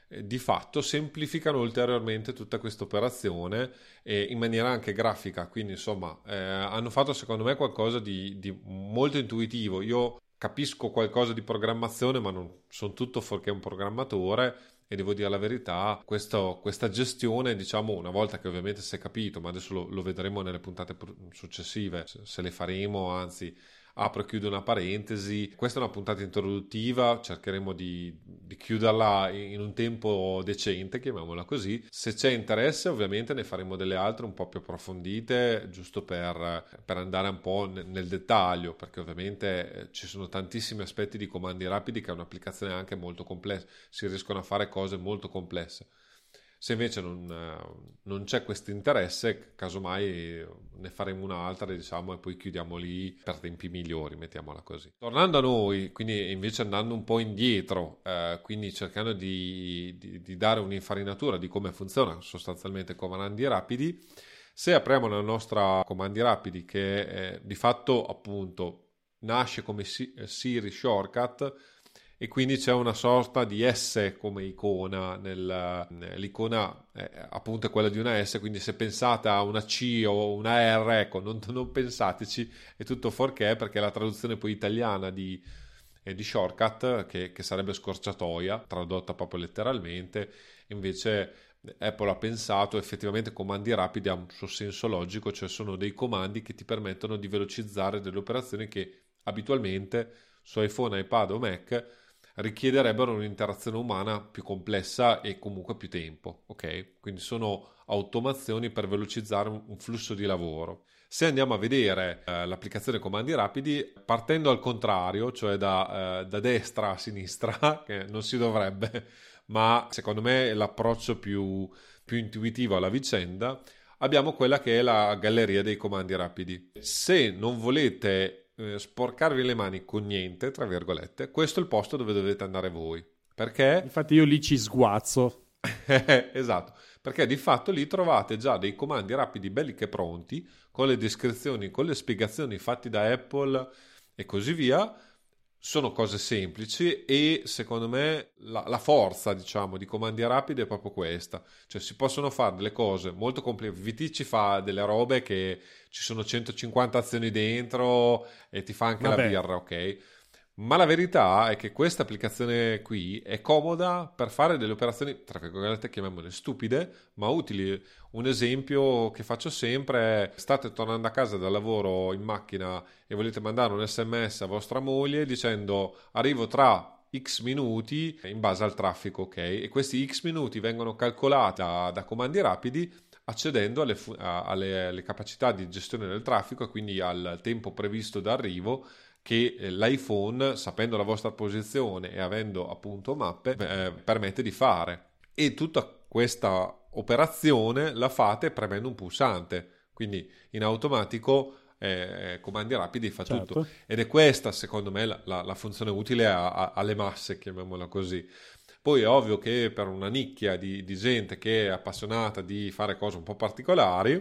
eh, di fatto semplificano ulteriormente tutta questa operazione eh, in maniera anche grafica, quindi insomma eh, hanno fatto secondo me qualcosa di, di molto intuitivo. Io capisco qualcosa di programmazione, ma non sono tutto fuorché un programmatore, e devo dire la verità, questo, questa gestione, diciamo, una volta che ovviamente si è capito, ma adesso lo, lo vedremo nelle puntate successive, se, se le faremo, anzi apro e chiudo una parentesi, questa è una puntata introduttiva, cercheremo di, di chiuderla in un tempo decente, chiamiamola così. Se c'è interesse ovviamente ne faremo delle altre un po' più approfondite, giusto per, per andare un po' nel, nel dettaglio, perché ovviamente eh, ci sono tantissimi aspetti di comandi rapidi che è un'applicazione anche molto complessa, si riescono a fare cose molto complesse. Se invece non, non c'è questo interesse, casomai ne faremo un'altra, diciamo, e poi chiudiamo lì per tempi migliori, mettiamola così. Tornando a noi, quindi invece andando un po' indietro, eh, quindi cercando di, di, di dare un'infarinatura di come funziona sostanzialmente comandi rapidi, se apriamo la nostra comandi rapidi, che eh, di fatto appunto nasce come Siri Shortcut, e quindi c'è una sorta di S come icona, nel, l'icona è, appunto è quella di una S, quindi se pensate a una C o una R, ecco, non, non pensateci, è tutto fuorché, perché la traduzione poi italiana di, di shortcut, che, che sarebbe scorciatoia, tradotta proprio letteralmente, invece Apple ha pensato effettivamente comandi rapidi ha un suo senso logico, cioè sono dei comandi che ti permettono di velocizzare delle operazioni che abitualmente su iPhone, iPad o Mac richiederebbero un'interazione umana più complessa e comunque più tempo, ok? Quindi sono automazioni per velocizzare un, un flusso di lavoro. Se andiamo a vedere eh, l'applicazione comandi rapidi, partendo al contrario, cioè da, eh, da destra a sinistra, che non si dovrebbe, ma secondo me è l'approccio più, più intuitivo alla vicenda, abbiamo quella che è la galleria dei comandi rapidi. Se non volete Eh, sporcarvi le mani con niente, tra virgolette, questo è il posto dove dovete andare voi. Perché? Infatti io lì ci sguazzo. Esatto, perché di fatto lì trovate già dei comandi rapidi belli che pronti, con le descrizioni, con le spiegazioni fatti da Apple e così via. Sono cose semplici e secondo me la, la forza, diciamo, di comandi rapidi è proprio questa. Cioè si possono fare delle cose molto complicate. V T ci fa delle robe che ci sono centocinquanta azioni dentro e ti fa anche Vabbè. la birra, ok? Ma la verità è che questa applicazione qui è comoda per fare delle operazioni, tra virgolette, chiamiamole stupide, ma utili. Un esempio che faccio sempre è: state tornando a casa dal lavoro in macchina e volete mandare un sms a vostra moglie dicendo arrivo tra X minuti in base al traffico, ok? E questi X minuti vengono calcolati da, da comandi rapidi accedendo alle, alle, alle capacità di gestione del traffico e quindi al tempo previsto d'arrivo che l'iPhone, sapendo la vostra posizione e avendo appunto mappe, eh, permette di fare. E tutta questa operazione la fate premendo un pulsante, quindi in automatico eh, comandi rapidi fa certo. tutto. Ed è questa secondo me la, la, la funzione utile a, a, alle masse, chiamiamola così. Poi è ovvio che per una nicchia di, di gente che è appassionata di fare cose un po' particolari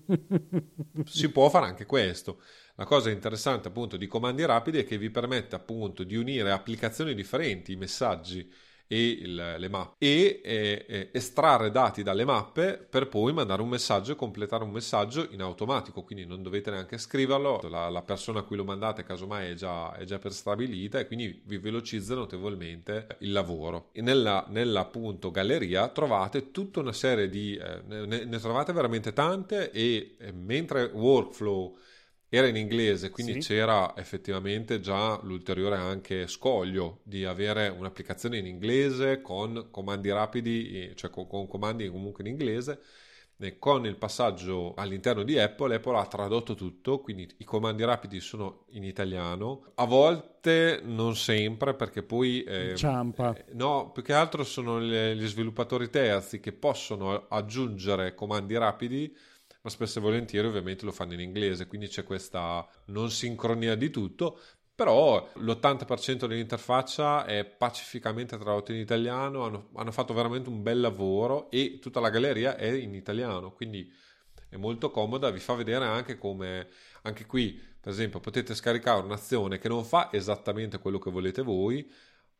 si può fare anche questo. La cosa interessante appunto di comandi rapidi è che vi permette appunto di unire applicazioni differenti, i messaggi e il, le mappe, e eh, estrarre dati dalle mappe per poi mandare un messaggio e completare un messaggio in automatico, quindi non dovete neanche scriverlo, la, la persona a cui lo mandate casomai è già, è già prestabilita e quindi vi velocizza notevolmente il lavoro. E nella, nella appunto galleria trovate tutta una serie di eh, ne, ne trovate veramente tante e eh, mentre workflow era in inglese, quindi sì, c'era effettivamente già l'ulteriore anche scoglio di avere un'applicazione in inglese con comandi rapidi, cioè con, con comandi comunque in inglese. E con il passaggio all'interno di Apple, Apple ha tradotto tutto, quindi i comandi rapidi sono in italiano, a volte non sempre, perché poi eh, ciampa. Eh, no, più che altro sono le, gli sviluppatori terzi che possono aggiungere comandi rapidi, ma spesso e volentieri ovviamente lo fanno in inglese, quindi c'è questa non sincronia di tutto, però l'ottanta per cento dell'interfaccia è pacificamente tradotta in italiano, hanno, hanno fatto veramente un bel lavoro e tutta la galleria è in italiano, quindi è molto comoda, vi fa vedere anche come, anche qui per esempio potete scaricare un'azione che non fa esattamente quello che volete voi,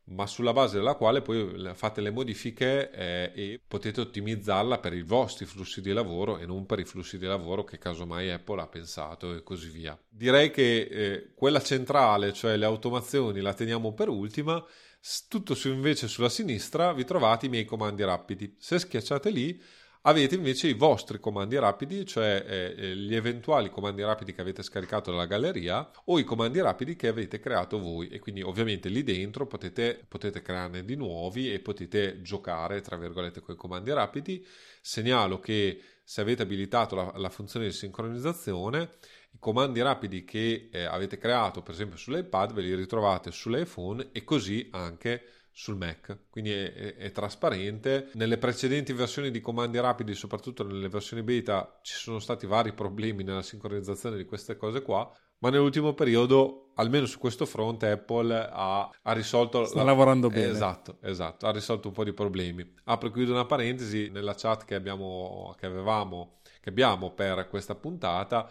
ma sulla base della quale poi fate le modifiche eh, e potete ottimizzarla per i vostri flussi di lavoro e non per i flussi di lavoro che casomai Apple ha pensato e così via. Direi che eh, quella centrale, cioè le automazioni, la teniamo per ultima. Tutto su invece sulla sinistra vi trovate i miei comandi rapidi. Se schiacciate lì avete invece i vostri comandi rapidi, cioè eh, gli eventuali comandi rapidi che avete scaricato dalla galleria o i comandi rapidi che avete creato voi, e quindi ovviamente lì dentro potete, potete crearne di nuovi e potete giocare tra virgolette con i comandi rapidi. Segnalo che se avete abilitato la, la funzione di sincronizzazione, i comandi rapidi che eh, avete creato per esempio sull'iPad ve li ritrovate sull'iPhone e così anche sul Mac, quindi è, è, è trasparente. Nelle precedenti versioni di comandi rapidi, soprattutto nelle versioni beta, ci sono stati vari problemi nella sincronizzazione di queste cose qua, ma nell'ultimo periodo, almeno su questo fronte, Apple ha, ha risolto... Sta la... lavorando bene. Esatto, esatto, ha risolto un po' di problemi. Apro e chiudo una parentesi, nella chat che abbiamo, che avevamo, che abbiamo per questa puntata,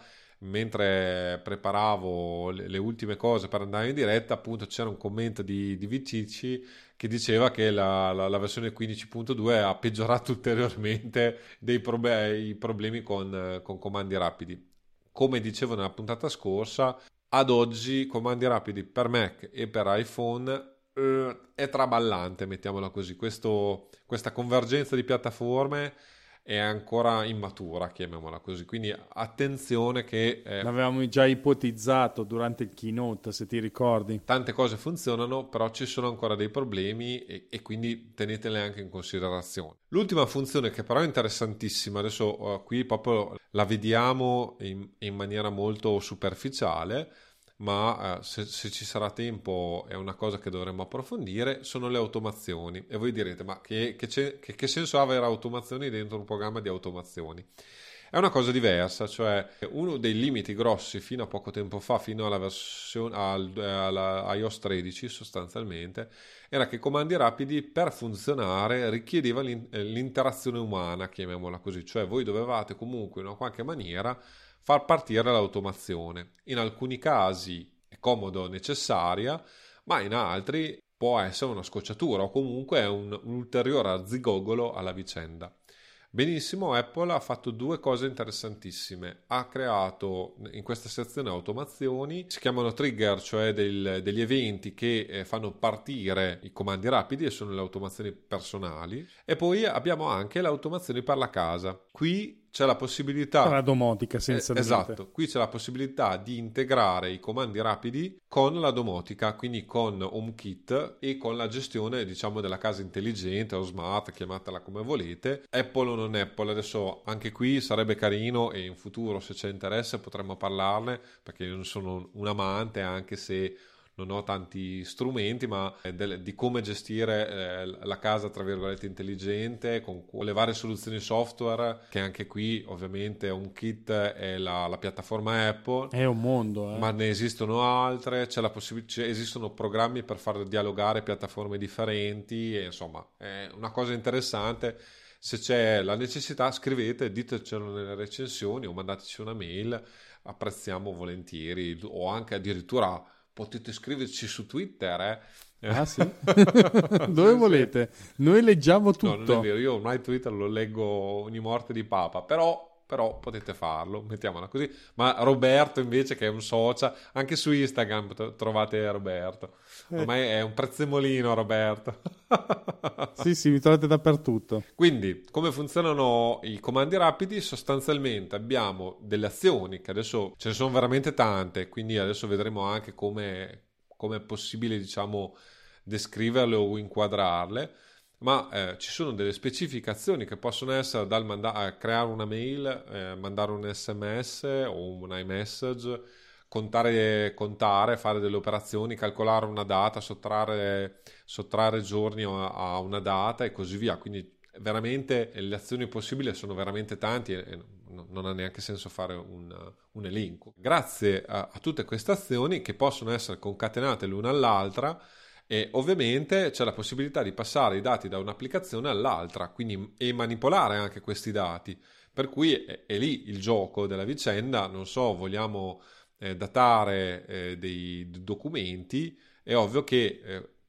mentre preparavo le, le ultime cose per andare in diretta, appunto c'era un commento di, di Vicici che diceva che la, la, la versione quindici punto due ha peggiorato ulteriormente dei probe- i problemi con, con comandi rapidi. Come dicevo nella puntata scorsa, ad oggi comandi rapidi per Mac e per iPhone eh, è traballante, mettiamola così. Questo, questa convergenza di piattaforme è ancora immatura, chiamiamola così, quindi attenzione che... Eh, L'avevamo già ipotizzato durante il keynote, se ti ricordi. Tante cose funzionano, però ci sono ancora dei problemi e, e quindi tenetele anche in considerazione. L'ultima funzione che però è interessantissima, adesso uh, qui proprio la vediamo in, in maniera molto superficiale, ma uh, se, se ci sarà tempo è una cosa che dovremmo approfondire, sono le automazioni. E voi direte, ma che, che, c'è, che, che senso ha avere automazioni dentro un programma di automazioni? È una cosa diversa, cioè uno dei limiti grossi fino a poco tempo fa, fino alla versione al, alla iOS tredici sostanzialmente, era che i comandi rapidi per funzionare richiedevano l'interazione umana, chiamiamola così, cioè voi dovevate comunque in una qualche maniera far partire l'automazione. In alcuni casi è comodo, necessaria, ma in altri può essere una scocciatura o comunque è un, un ulteriore arzigogolo alla vicenda. Benissimo, Apple ha fatto due cose interessantissime. Ha creato in questa sezione automazioni, si chiamano trigger, cioè del, degli eventi che eh, fanno partire i comandi rapidi e sono le automazioni personali. E poi abbiamo anche le automazioni per la casa. Qui c'è la possibilità... Per la domotica, senza eh, Esatto, qui c'è la possibilità di integrare i comandi rapidi con la domotica, quindi con HomeKit e con la gestione, diciamo, della casa intelligente o smart, chiamatela come volete. Apple o non Apple, adesso anche qui sarebbe carino e in futuro, se c'è interesse, potremmo parlarne, perché io non sono un amante, anche se non ho tanti strumenti, ma del, di come gestire eh, la casa tra virgolette intelligente con le varie soluzioni software, che anche qui ovviamente HomeKit è la, la piattaforma Apple, è un mondo, eh. ma ne esistono altre, c'è la possib- c'è, esistono programmi per far dialogare piattaforme differenti e insomma è una cosa interessante. Se c'è la necessità scrivete, ditecelo nelle recensioni o mandateci una mail, apprezziamo volentieri, o anche addirittura potete scriverci su Twitter, eh? Ah sì? Dove sì, volete? Sì. Noi leggiamo tutto. No, non è vero, io ormai Twitter lo leggo ogni morte di papa, però, però potete farlo, mettiamola così. Ma Roberto invece, che è un social, anche su Instagram trovate Roberto. Ormai è un prezzemolino Roberto. Sì, sì, mi trovate dappertutto. Quindi, come funzionano i comandi rapidi? Sostanzialmente abbiamo delle azioni, che adesso ce ne sono veramente tante, quindi adesso vedremo anche come, come è possibile, diciamo, descriverle o inquadrarle, ma eh, ci sono delle specificazioni che possono essere dal manda- creare una mail, eh, mandare un sms o un iMessage, contare, contare, fare delle operazioni, calcolare una data, sottrarre, sottrarre giorni a, a una data e così via. Quindi veramente le azioni possibili sono veramente tanti e non ha neanche senso fare un, un elenco. Grazie a, a tutte queste azioni, che possono essere concatenate l'una all'altra, e ovviamente c'è la possibilità di passare i dati da un'applicazione all'altra, quindi, e manipolare anche questi dati, per cui è, è lì il gioco della vicenda. Non so, vogliamo eh, datare eh, dei documenti, è ovvio che eh,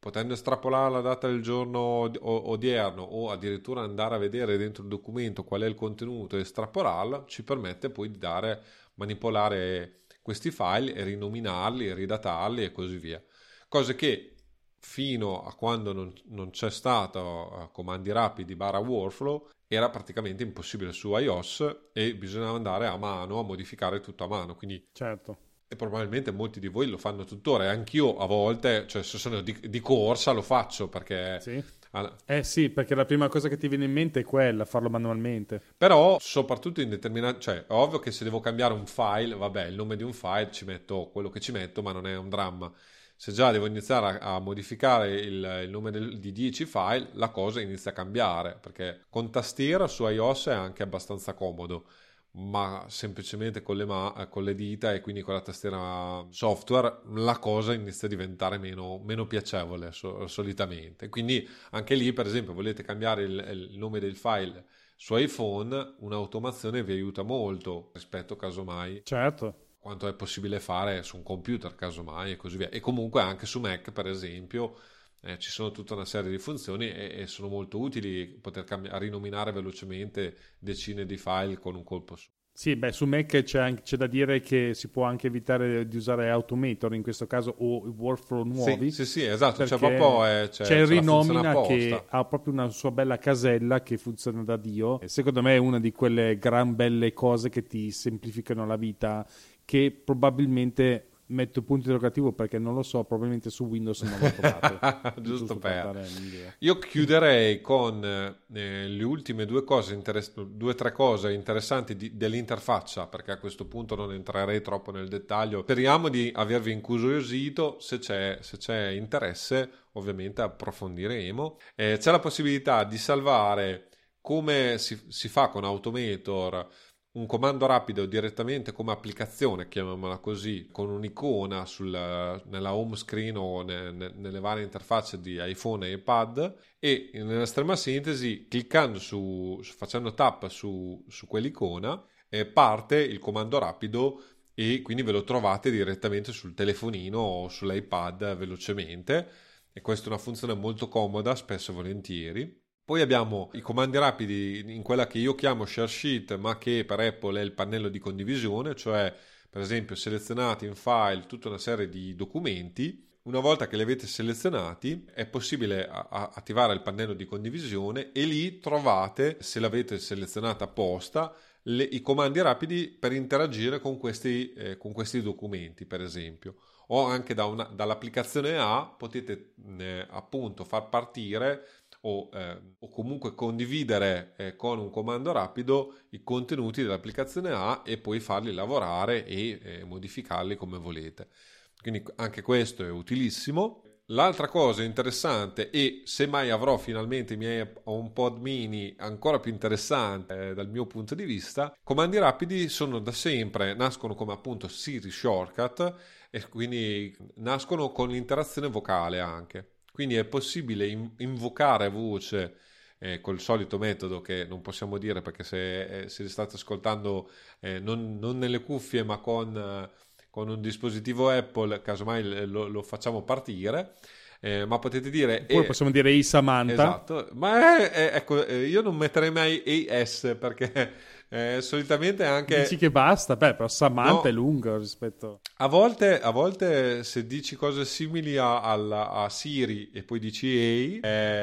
potendo estrapolare la data del giorno odierno o addirittura andare a vedere dentro il documento qual è il contenuto e estrapolarla, ci permette poi di dare, manipolare questi file e rinominarli, ridatarli e così via. Cose che fino a quando non, non c'è stato uh, comandi rapidi barra workflow era praticamente impossibile su iOS e bisognava andare a mano a modificare tutto a mano, quindi certo. E probabilmente molti di voi lo fanno tuttora e anch'io a volte, cioè se sono di, di corsa lo faccio perché sì. All... Eh sì, perché la prima cosa che ti viene in mente è quella, farlo manualmente. Però soprattutto in determinati, cioè è ovvio che se devo cambiare un file, vabbè, il nome di un file ci metto quello che ci metto, ma non è un dramma. Se già devo iniziare a, a modificare il, il nome del, di dieci file, la cosa inizia a cambiare, perché con tastiera su iOS è anche abbastanza comodo, ma semplicemente con le, ma- con le dita e quindi con la tastiera software la cosa inizia a diventare meno, meno piacevole so- solitamente. Quindi anche lì, per esempio, volete cambiare il, il nome del file su iPhone, un'automazione vi aiuta molto rispetto casomai certo quanto è possibile fare su un computer casomai e così via. E comunque anche su Mac, per esempio, eh, ci sono tutta una serie di funzioni e, e sono molto utili poter cambi- rinominare velocemente decine di file con un colpo su. Sì, beh, su Mac c'è, anche, c'è da dire che si può anche evitare di usare Automator in questo caso o workflow nuovi. Sì, sì, sì, esatto, c'è proprio eh, c'è, c'è il c'è rinomina che ha proprio una sua bella casella che funziona da Dio. E secondo me è una di quelle gran belle cose che ti semplificano la vita, che probabilmente metto punto interrogativo perché non lo so, probabilmente su Windows non l'ho trovato. Giusto per io chiuderei con eh, le ultime due cose interess- due o tre cose interessanti di, dell'interfaccia, perché a questo punto non entrerei troppo nel dettaglio. Speriamo di avervi incuriosito. Se c'è, se c'è interesse ovviamente approfondiremo. Eh, c'è la possibilità di salvare, come si, si fa con Automator, un comando rapido direttamente come applicazione, chiamiamola così, con un'icona sul, nella home screen o ne, ne, nelle varie interfacce di iPhone e iPad, e nell'estrema sintesi, cliccando su, facendo tap su, su quell'icona, eh, parte il comando rapido e quindi ve lo trovate direttamente sul telefonino o sull'iPad velocemente, e questa è una funzione molto comoda, spesso e volentieri. Poi abbiamo i comandi rapidi in quella che io chiamo share sheet, ma che per Apple è il pannello di condivisione, cioè per esempio selezionate in file tutta una serie di documenti. Una volta che li avete selezionati è possibile a- a- attivare il pannello di condivisione e lì trovate, se l'avete selezionata apposta, le, i comandi rapidi per interagire con questi, eh, con questi documenti, per esempio. O anche da una, dall'applicazione A potete eh, appunto far partire O, eh, o comunque condividere eh, con un comando rapido i contenuti dell'applicazione A e poi farli lavorare e eh, modificarli come volete. Quindi anche questo è utilissimo. L'altra cosa interessante, e se mai avrò finalmente i miei HomePod mini ancora più interessante eh, dal mio punto di vista, comandi rapidi sono da sempre, nascono come appunto Siri Shortcut e quindi nascono con l'interazione vocale anche. Quindi è possibile in- invocare a voce eh, col solito metodo che non possiamo dire perché se, eh, se state ascoltando eh, non, non nelle cuffie ma con, eh, con un dispositivo Apple, casomai lo, lo facciamo partire, eh, ma potete dire... Oppure eh, possiamo dire Ehi Samantha. Esatto, ma è, è, ecco, eh, io non metterei mai Ehi S perché... Eh, solitamente anche dici che basta, beh, però Samantha no, è lungo rispetto a volte, a volte se dici cose simili a, a, a Siri e poi dici Ehi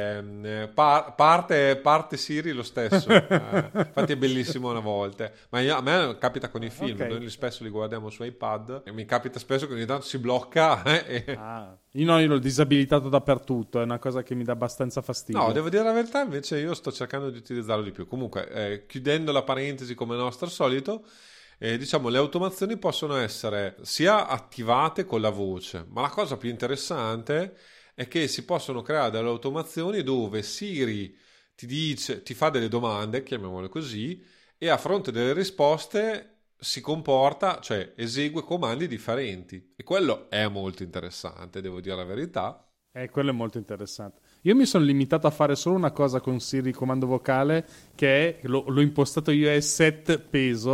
eh, par, parte, parte Siri lo stesso eh, infatti è bellissimo una volta, ma io, a me capita con i film, okay. Noi spesso li guardiamo su iPad e mi capita spesso che ogni tanto si blocca eh, e... ah. Io no, io l'ho disabilitato dappertutto, è una cosa che mi dà abbastanza fastidio. No, devo dire la verità, invece io sto cercando di utilizzarlo di più. Comunque, eh, chiudendo la parentesi come nostro solito, eh, diciamo le automazioni possono essere sia attivate con la voce, ma la cosa più interessante è che si possono creare delle automazioni dove Siri ti dice, ti fa delle domande, chiamiamole così, e a fronte delle risposte si comporta, cioè esegue comandi differenti, e quello è molto interessante, devo dire la verità. Eh, quello è molto interessante. Io mi sono limitato a fare solo una cosa con Siri comando vocale, che è, l'ho, l'ho impostato io a set peso,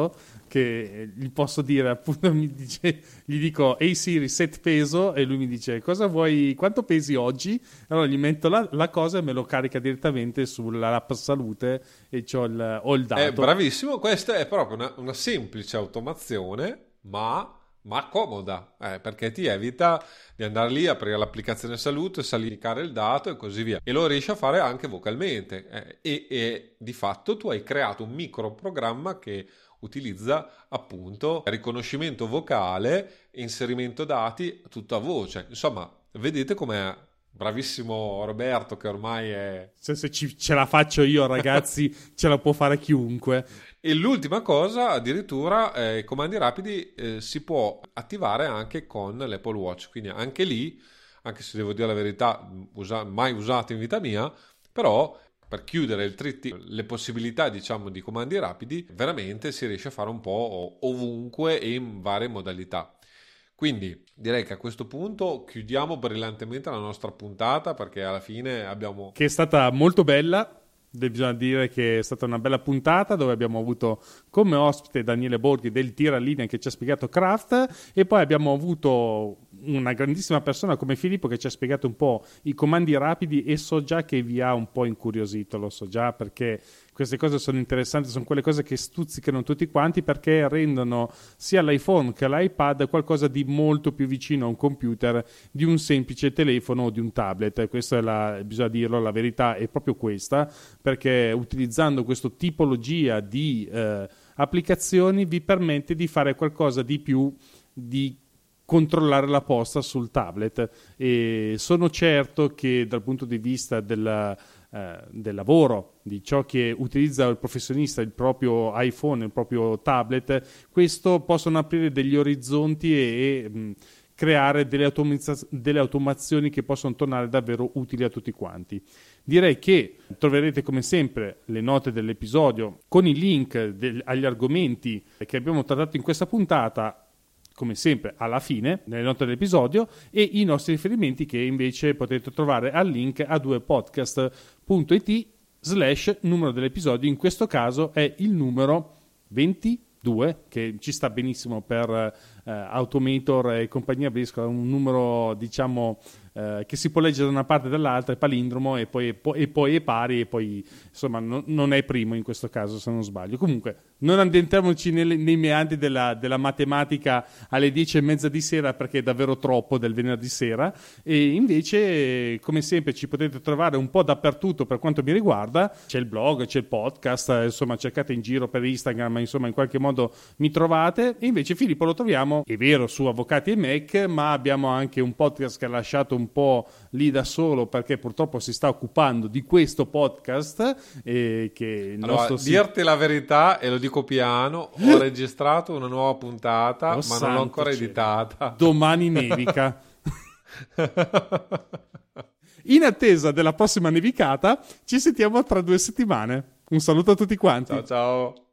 che gli posso dire, appunto, mi dice, gli dico ehi Siri, set peso, e lui mi dice cosa vuoi, quanto pesi oggi? Allora gli metto la, la cosa e me lo carica direttamente sull'app salute e c'ho il, ho il dato. È bravissimo, questa è proprio una, una semplice automazione, ma... ma comoda, eh, perché ti evita di andare lì, aprire l'applicazione salute, salire il dato e così via, e lo riesci a fare anche vocalmente, eh, e, e di fatto tu hai creato un microprogramma che utilizza appunto riconoscimento vocale, inserimento dati, tutto a voce. Insomma, vedete com'è bravissimo Roberto, che ormai è... Se, se ci, ce la faccio io, ragazzi, ce la può fare chiunque. E l'ultima cosa, addirittura, eh, i comandi rapidi eh, si può attivare anche con l'Apple Watch, quindi anche lì, anche se devo dire la verità, usa, mai usato in vita mia, però per chiudere il trittico, le possibilità, diciamo, di comandi rapidi, veramente si riesce a fare un po' ovunque e in varie modalità. Quindi direi che a questo punto chiudiamo brillantemente la nostra puntata, perché alla fine abbiamo... Che è stata molto bella. Bisogna dire che è stata una bella puntata dove abbiamo avuto come ospite Daniele Borghi del Tiralinea che ci ha spiegato Craft, e poi abbiamo avuto una grandissima persona come Filippo che ci ha spiegato un po' i comandi rapidi, e so già che vi ha un po' incuriosito, lo so già, perché queste cose sono interessanti, sono quelle cose che stuzzicano tutti quanti, perché rendono sia l'iPhone che l'iPad qualcosa di molto più vicino a un computer di un semplice telefono o di un tablet. Questo è la, bisogna dirlo, la verità è proprio questa, perché utilizzando questa tipologia di eh, applicazioni vi permette di fare qualcosa di più, di controllare la posta sul tablet, e sono certo che dal punto di vista della, eh, del lavoro, di ciò che utilizza il professionista, il proprio iPhone, il proprio tablet, questo possono aprire degli orizzonti e, e mh, creare delle, automizza- delle automazioni che possono tornare davvero utili a tutti quanti. Direi che troverete come sempre le note dell'episodio con i link del, agli argomenti che abbiamo trattato in questa puntata, come sempre alla fine nelle note dell'episodio, e i nostri riferimenti che invece potete trovare al link a due podcast punto it slash numero dell'episodio. In questo caso è il numero ventidue, che ci sta benissimo per eh, Automator e compagnia Briscoe, un numero diciamo eh, che si può leggere da una parte e dall'altra, è palindromo e poi, e poi è pari, e poi insomma no, non è primo in questo caso, se non sbaglio. Comunque non addentriamoci nei, nei meandri della, della matematica alle dieci e mezza di sera, perché è davvero troppo del venerdì sera, e invece come sempre ci potete trovare un po' dappertutto per quanto mi riguarda. C'è il blog, c'è il podcast, insomma cercate in giro per Instagram, insomma in qualche modo mi trovate. E invece Filippo lo troviamo, è vero, su Avvocati e Mac, ma abbiamo anche un podcast che ha lasciato un po' lì da solo, perché purtroppo si sta occupando di questo podcast, e che il allora, nostro dirti la verità, e lo dico piano, ho registrato una nuova puntata, oh, ma non l'ho ancora cielo. editata. Domani nevica. In attesa della prossima nevicata ci sentiamo tra due settimane. Un saluto a tutti quanti. Ciao ciao.